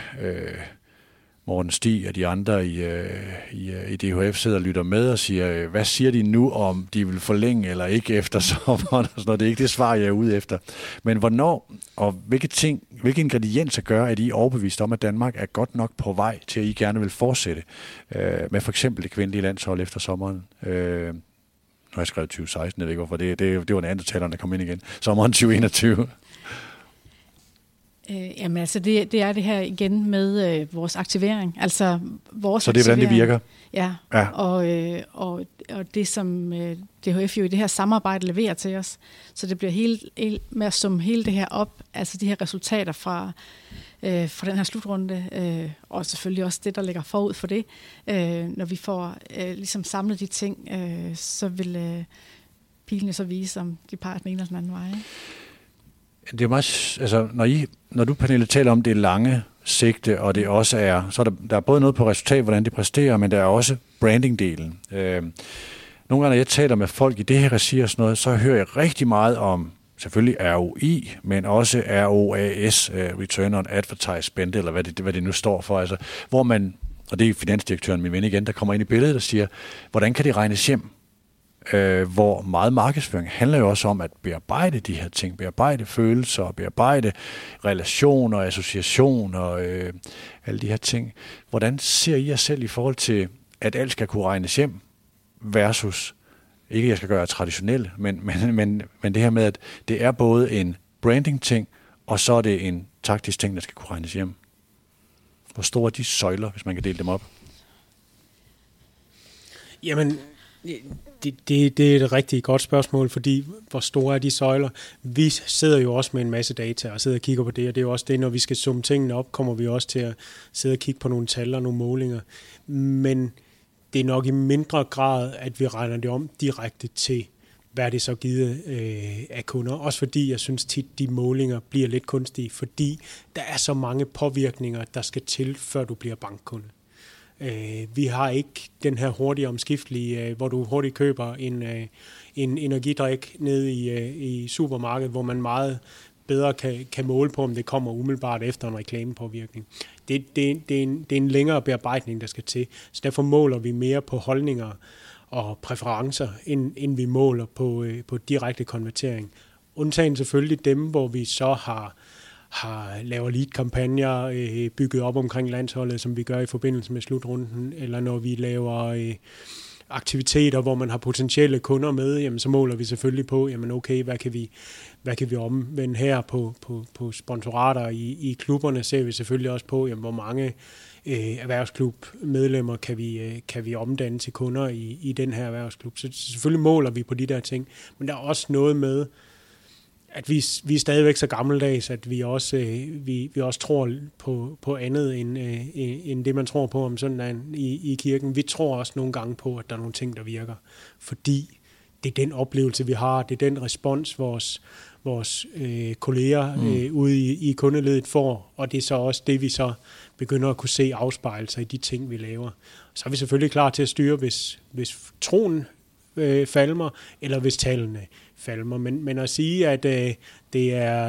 Morten Stig og de andre i DHF sidder og lytter med og siger, hvad siger de nu, om de vil forlænge eller ikke efter sommeren? Og sådan noget. Det er ikke det svar, jeg er ude efter. Men hvornår og hvilke ingredienser gør, at I er overbevist om, at Danmark er godt nok på vej til, at I gerne vil fortsætte med for eksempel det kvindelige landshold efter sommeren? Nu har jeg skrevet 2016, jeg ved ikke hvorfor. Det var en anden taler, der kom ind igen. Sommeren 2021. Jamen altså, det er det her igen med vores aktivering. Altså vores så det er, hvordan det virker? Ja. Og det, som DHF jo i det her samarbejde leverer til os. Så det bliver helt med at summe hele det her op, altså de her resultater fra den her slutrunde, og selvfølgelig også det, der ligger forud for det. Når vi får ligesom samlet de ting, så vil pilen så vise, om de peger den ene eller den anden vej. Det er meget, altså, når du, Pernille, taler om det lange sigte, og det også er, så der er både noget på resultat, hvordan de præsterer, men der er også branding-delen. Nogle gange, når jeg taler med folk i det her regi og sådan noget, så hører jeg rigtig meget om, selvfølgelig ROI, men også ROAS, Return on Advertised Spend, eller hvad det nu står for, altså, hvor man, og det er finansdirektøren, min ven igen, der kommer ind i billedet og siger, hvordan kan det regnes hjem? Hvor meget markedsføring handler jo også om at bearbejde de her ting, bearbejde følelser, bearbejde relationer, associationer, alle de her ting. Hvordan ser I jer selv i forhold til, at alt skal kunne regnes hjem versus, ikke at jeg skal gøre traditionelt, men det her med, at det er både en branding-ting, og så er det en taktisk ting, der skal kunne regnes hjem. Hvor store er de søjler, hvis man kan dele dem op? Jamen, det er et rigtig godt spørgsmål, fordi hvor store er de søjler? Vi sidder jo også med en masse data og sidder og kigger på det, og det er jo også det, når vi skal summe tingene op, kommer vi også til at sidde og kigge på nogle tal og nogle målinger. Men det er nok i mindre grad, at vi regner det om direkte til, hvad det så givet af kunder. Også fordi jeg synes tit, de målinger bliver lidt kunstige, fordi der er så mange påvirkninger, der skal til, før du bliver bankkunde. Vi har ikke den her hurtige omskiftelige, hvor du hurtigt køber en energidrik nede i supermarkedet, hvor man meget bedre kan måle på, om det kommer umiddelbart efter en reklamepåvirkning. Det er en længere bearbejdning, der skal til. Så derfor måler vi mere på holdninger og præferencer, end vi måler på direkte konvertering. Undtagen selvfølgelig dem, hvor vi så har laver lead-kampagner bygget op omkring landsholdet, som vi gør i forbindelse med slutrunden, eller når vi laver aktiviteter, hvor man har potentielle kunder med, jamen, så måler vi selvfølgelig på, jamen okay, hvad kan vi omvende her på sponsorater i klubberne, ser vi selvfølgelig også på, jamen, hvor mange erhvervsklubmedlemmer kan vi omdanne til kunder i den her erhvervsklub. Så selvfølgelig måler vi på de der ting, men der er også noget med, at vi er stadigvæk så gammeldags, at vi også tror på andet end det, man tror på om søndagen i kirken. Vi tror også nogle gange på, at der er nogle ting, der virker, fordi det er den oplevelse, vi har, det er den respons, vores kolleger ude i kundeledet får, og det er så også det, vi så begynder at kunne se afspejle sig i de ting, vi laver. Så er vi selvfølgelig klar til at styre, hvis troen falmer, eller hvis tallene falmer. Men at sige, at det er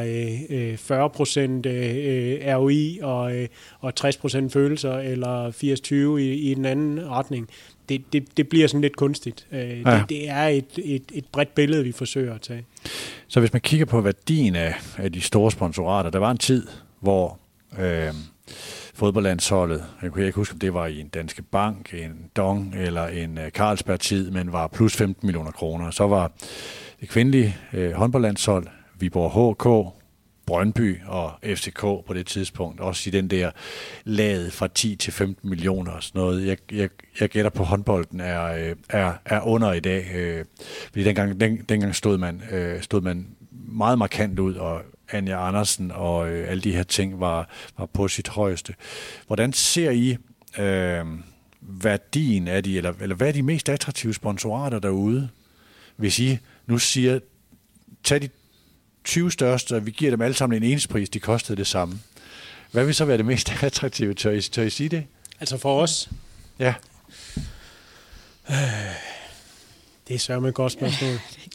40% ROI og 60% følelser, eller 80-20 i den anden retning, det bliver sådan lidt kunstigt. Det er et bredt billede, vi forsøger at tage. Så hvis man kigger på værdien af de store sponsorater, der var en tid, hvor fodboldlandsholdet, jeg kan ikke huske, om det var i en Danske Bank, en Dong eller en Carlsberg-tid, men var plus 15 millioner kroner. Så var det kvindelige håndboldlandshold, Viborg HK, Brøndby og FCK på det tidspunkt, også i den der laget fra 10 til 15 millioner og sådan noget. Jeg gætter på, håndbolden er under i dag, fordi dengang stod man meget markant ud, og Anja Andersen og alle de her ting var på sit højeste. Hvordan ser I værdien af de, eller hvad er de mest attraktive sponsorater derude? Hvis I nu siger, tag de 20 største, og vi giver dem alle sammen en enspris, de kostede det samme. Hvad vil så være det mest attraktive? Tør I sige det? Altså for os? Ja. Det er sørme et godt spørgsmål.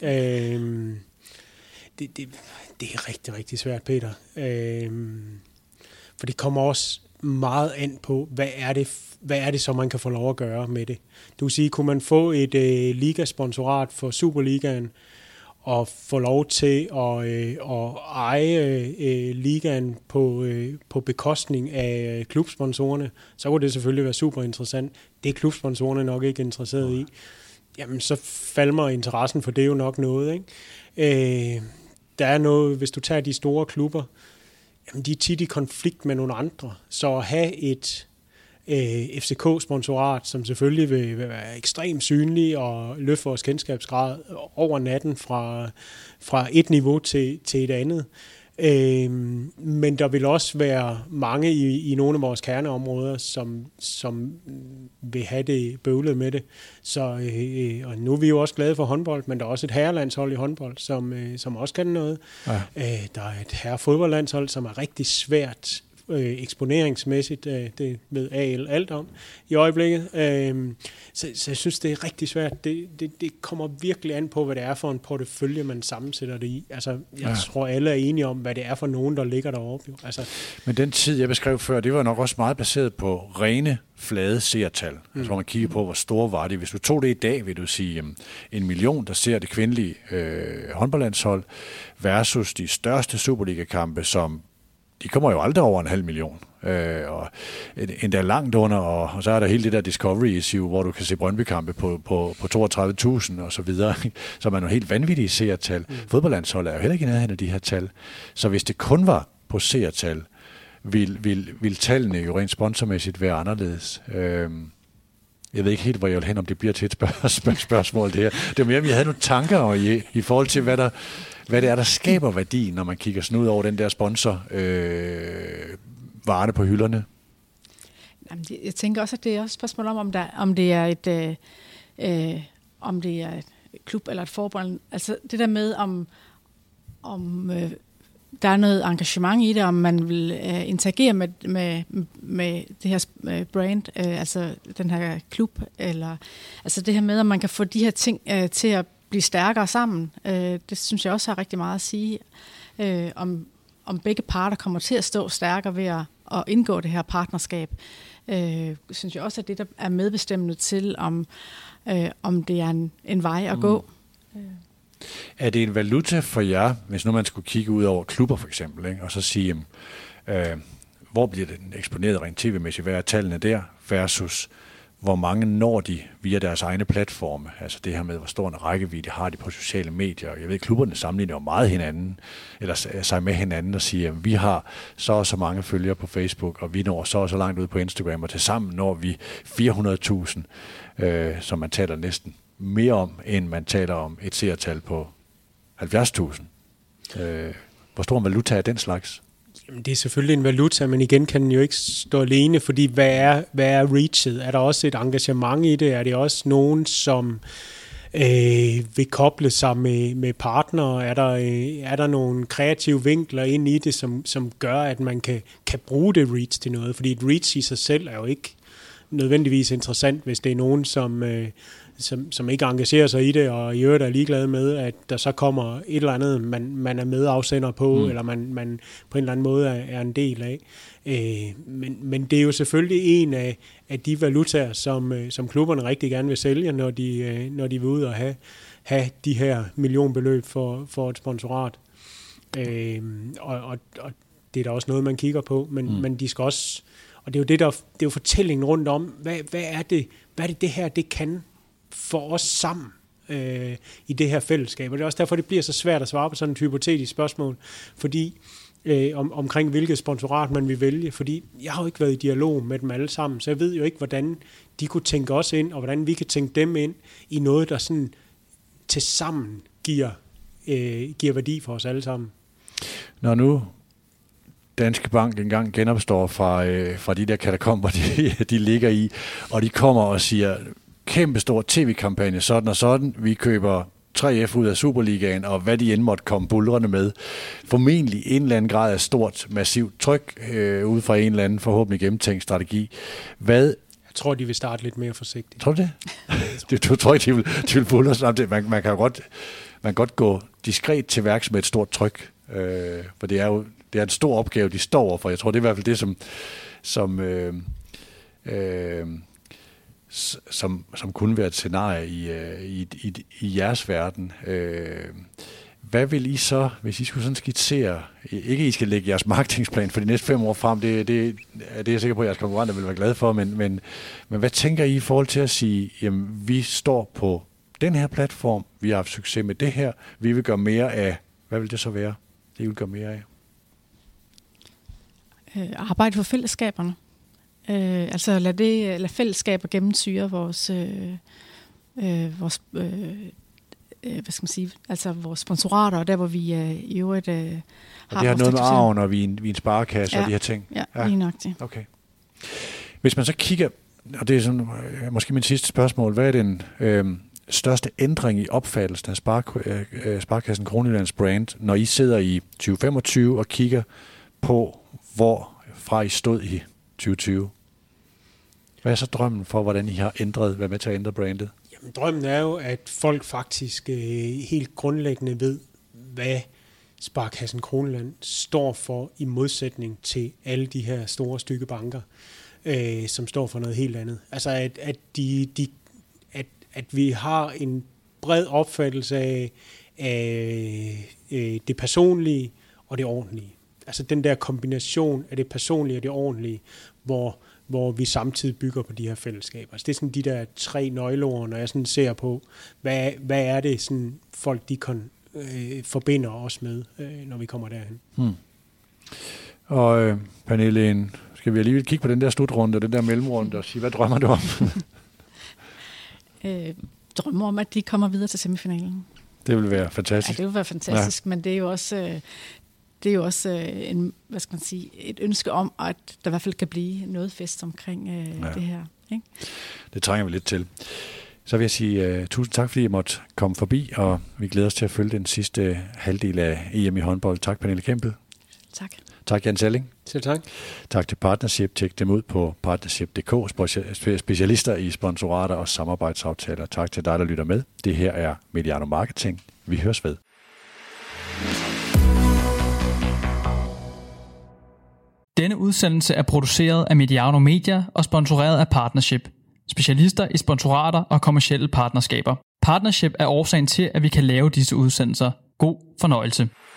Det er rigtig, rigtig svært, Peter. For det kommer også meget an på, hvad er det så, man kan få lov at gøre med det. Du vil sige, kunne man få et ligasponsorat for Superligaen, og få lov til at eje ligaen på bekostning af klubsponsorerne, så kunne det selvfølgelig være super interessant. Det er klubsponsorerne nok ikke interesseret i. Jamen, så falmer interessen for det jo nok noget, ikke? Der er noget, hvis du tager de store klubber, jamen, de er tit i konflikt med nogle andre. Så at have et FCK-sponsorat, som selvfølgelig vil være ekstremt synlig og løfte vores kendskabsgrad over natten fra et niveau til et andet. Men der vil også være mange i nogle af vores kerneområder, som vil have det bøvlet med det. Så, og nu er vi jo også glade for håndbold, men der er også et herrelandshold i håndbold, som også kan noget. Ja. Der er et herrefodboldlandshold, som er rigtig svært eksponeringsmæssigt, det ved AL alt om i øjeblikket. Så jeg synes, det er rigtig svært. Det kommer virkelig an på, hvad det er for en portefølje, man sammensætter det i. Altså, jeg tror, alle er enige om, hvad det er for nogen, der ligger deroppe. Altså. Men den tid, jeg beskrev før, det var nok også meget baseret på rene, flade seertal. Altså, hvor man kigger på, hvor store var det. Hvis du tog det i dag, vil du sige 1 million, der ser det kvindelige håndboldlandshold, versus de største Superliga-kampe, som de kommer jo aldrig over 500.000, og endda langt under, og så er der hele det der Discovery-issue, hvor du kan se Brøndby-kampe på 32.000 og så videre, så man er jo helt vanvittige seertal. Fodboldlandshold er jo heller ikke i nærheden af de her tal, så hvis det kun var på seertal, vil tallene jo rent sponsormæssigt være anderledes. Jeg ved ikke helt, hvor jeg vil hen, om det bliver til et spørgsmål det her. Det var mere, om jeg havde nogle tanker i forhold til, hvad det er, der skaber værdi, når man kigger sådan ud over den der sponsor varerne på hylderne? Jamen, jeg tænker også, at det er også et spørgsmål om det er et klub eller et forbund. Altså det der med, om der er noget engagement i det, om man vil interagere med det her brand, altså den her klub, eller altså det her med, om man kan få de her ting til at blive stærkere sammen. Det synes jeg også har rigtig meget at sige. Om begge parter kommer til at stå stærkere ved at indgå det her partnerskab. Synes jeg også, at det der er medbestemmende til, om det er en vej at gå. Er det en valuta for jer, hvis nu man skulle kigge ud over klubber for eksempel, ikke? Og så sige, hvor bliver den eksponeret rent tv-mæssigt, hvad er tallene der, versus hvor mange når de via deres egne platforme, altså det her med, hvor stor en rækkevidde har de på sociale medier. Jeg ved, klubberne sammenligner jo meget hinanden, eller sig med hinanden og siger, at vi har så og så mange følgere på Facebook, og vi når så og så langt ud på Instagram, og tilsammen når vi 400.000, som man taler næsten mere om, end man taler om et seertal på 70.000. Hvor stor en valuta er den slags? Jamen, det er selvfølgelig en valuta, men igen kan den jo ikke stå alene, fordi hvad er reachet? Er der også et engagement i det? Er det også nogen, som vil koble sig med partnere? Er der nogle kreative vinkler ind i det, som gør, at man kan bruge det reach til noget? Fordi et reach i sig selv er jo ikke nødvendigvis interessant, hvis det er nogen, som ikke engagerer sig i det, og i øvrigt er ligeglade med, at der så kommer et eller andet, man er medafsender på, eller man på en eller anden måde er en del af. Men det er jo selvfølgelig en af de valutaer, som klubberne rigtig gerne vil sælge, når de vil ud og have de her millionbeløb for et sponsorat. Og det er da også noget, man kigger på, men de skal også, og det er jo fortællingen rundt om, hvad er det her, det kan for os sammen i det her fællesskab. Og det er også derfor, det bliver så svært at svare på sådan et hypotetisk spørgsmål, fordi omkring hvilket sponsorat man vil vælge, fordi jeg har jo ikke været i dialog med dem alle sammen, så jeg ved jo ikke, hvordan de kunne tænke os ind, og hvordan vi kan tænke dem ind i noget, der sådan til sammen giver værdi for os alle sammen. Når nu Danske Bank engang genopstår fra de der katakomber, de ligger i, og de kommer og siger, kæmpestor tv-kampagne, sådan og sådan, vi køber 3F ud af Superligaen, og hvad de end måtte komme buldrende med. Formentlig en eller anden grad af stort, massivt tryk, ud fra en eller anden forhåbentlig gennemtænkt strategi. Jeg tror, de vil starte lidt mere forsigtigt. Tror du det? Du tror ikke, de vil buldre sådan? Man kan godt gå diskret til værks med et stort tryk, for det er en stor opgave, de står overfor. Jeg tror, det er i hvert fald det, som kunne være et scenarie i jeres verden. Hvad vil I så, hvis I skulle sådan skitsere, ikke I skal lægge jeres marketingsplan for de næste 5 år frem, det er jeg sikker på, at jeres konkurrenter vil være glade for, men hvad tænker I i forhold til at sige, jamen vi står på den her platform, vi har haft succes med det her, vi vil gøre mere af, hvad vil det så være, det vil gøre mere af? Arbejde for fællesskaberne. Altså lad fællesskaber gennemsyre vores hvad skal man sige, altså vores sponsorater, og der hvor vi i øvrigt har. Og det har noget med arven, og vi er en sparekasse og de her ting. Ja, lige nok det. Okay. Hvis man så kigger, og det er sådan, måske min sidste spørgsmål, hvad er den største ændring i opfattelsen af Sparekassen Kronjyllands brand, når I sidder i 2025 og kigger på, hvor fra I stod i 2020? Hvad er så drømmen for, hvordan I har været med til at ændre brandet? Jamen, drømmen er jo, at folk faktisk helt grundlæggende ved, hvad Sparekassen Kronjylland står for i modsætning til alle de her store stykke banker, som står for noget helt andet. Altså, at vi har en bred opfattelse af det personlige og det ordentlige. Altså den der kombination af det personlige og det ordentlige, hvor vi samtidig bygger på de her fællesskaber. Altså det er sådan de der 3 nøgleord, når jeg sådan ser på, hvad er det sådan folk de forbinder os med, når vi kommer derhen. Og Pernille, skal vi alligevel kigge på den der slutrunde og den der mellemrunde og sige, hvad drømmer du om? Drømmer om, at de kommer videre til semifinalen. Det vil være fantastisk. Ja, det vil være fantastisk, men det er jo også... Det er jo også et ønske om, at der i hvert fald kan blive noget fest omkring det her. Ikke? Det trænger vi lidt til. Så vil jeg sige tusind tak, fordi I måtte komme forbi, og vi glæder os til at følge den sidste halvdel af EM i håndbold. Tak, Pernille Kempel. Tak. Tak, Jan Salling. Selv tak. Tak til Partnership. Tjek dem ud på partnership.dk, specialister i sponsorater og samarbejdsaftaler. Tak til dig, der lytter med. Det her er Mediano Marketing. Vi høres ved. Denne udsendelse er produceret af Mediano Media og sponsoreret af Partnership, specialister i sponsorater og kommercielle partnerskaber. Partnership er årsagen til, at vi kan lave disse udsendelser. God fornøjelse.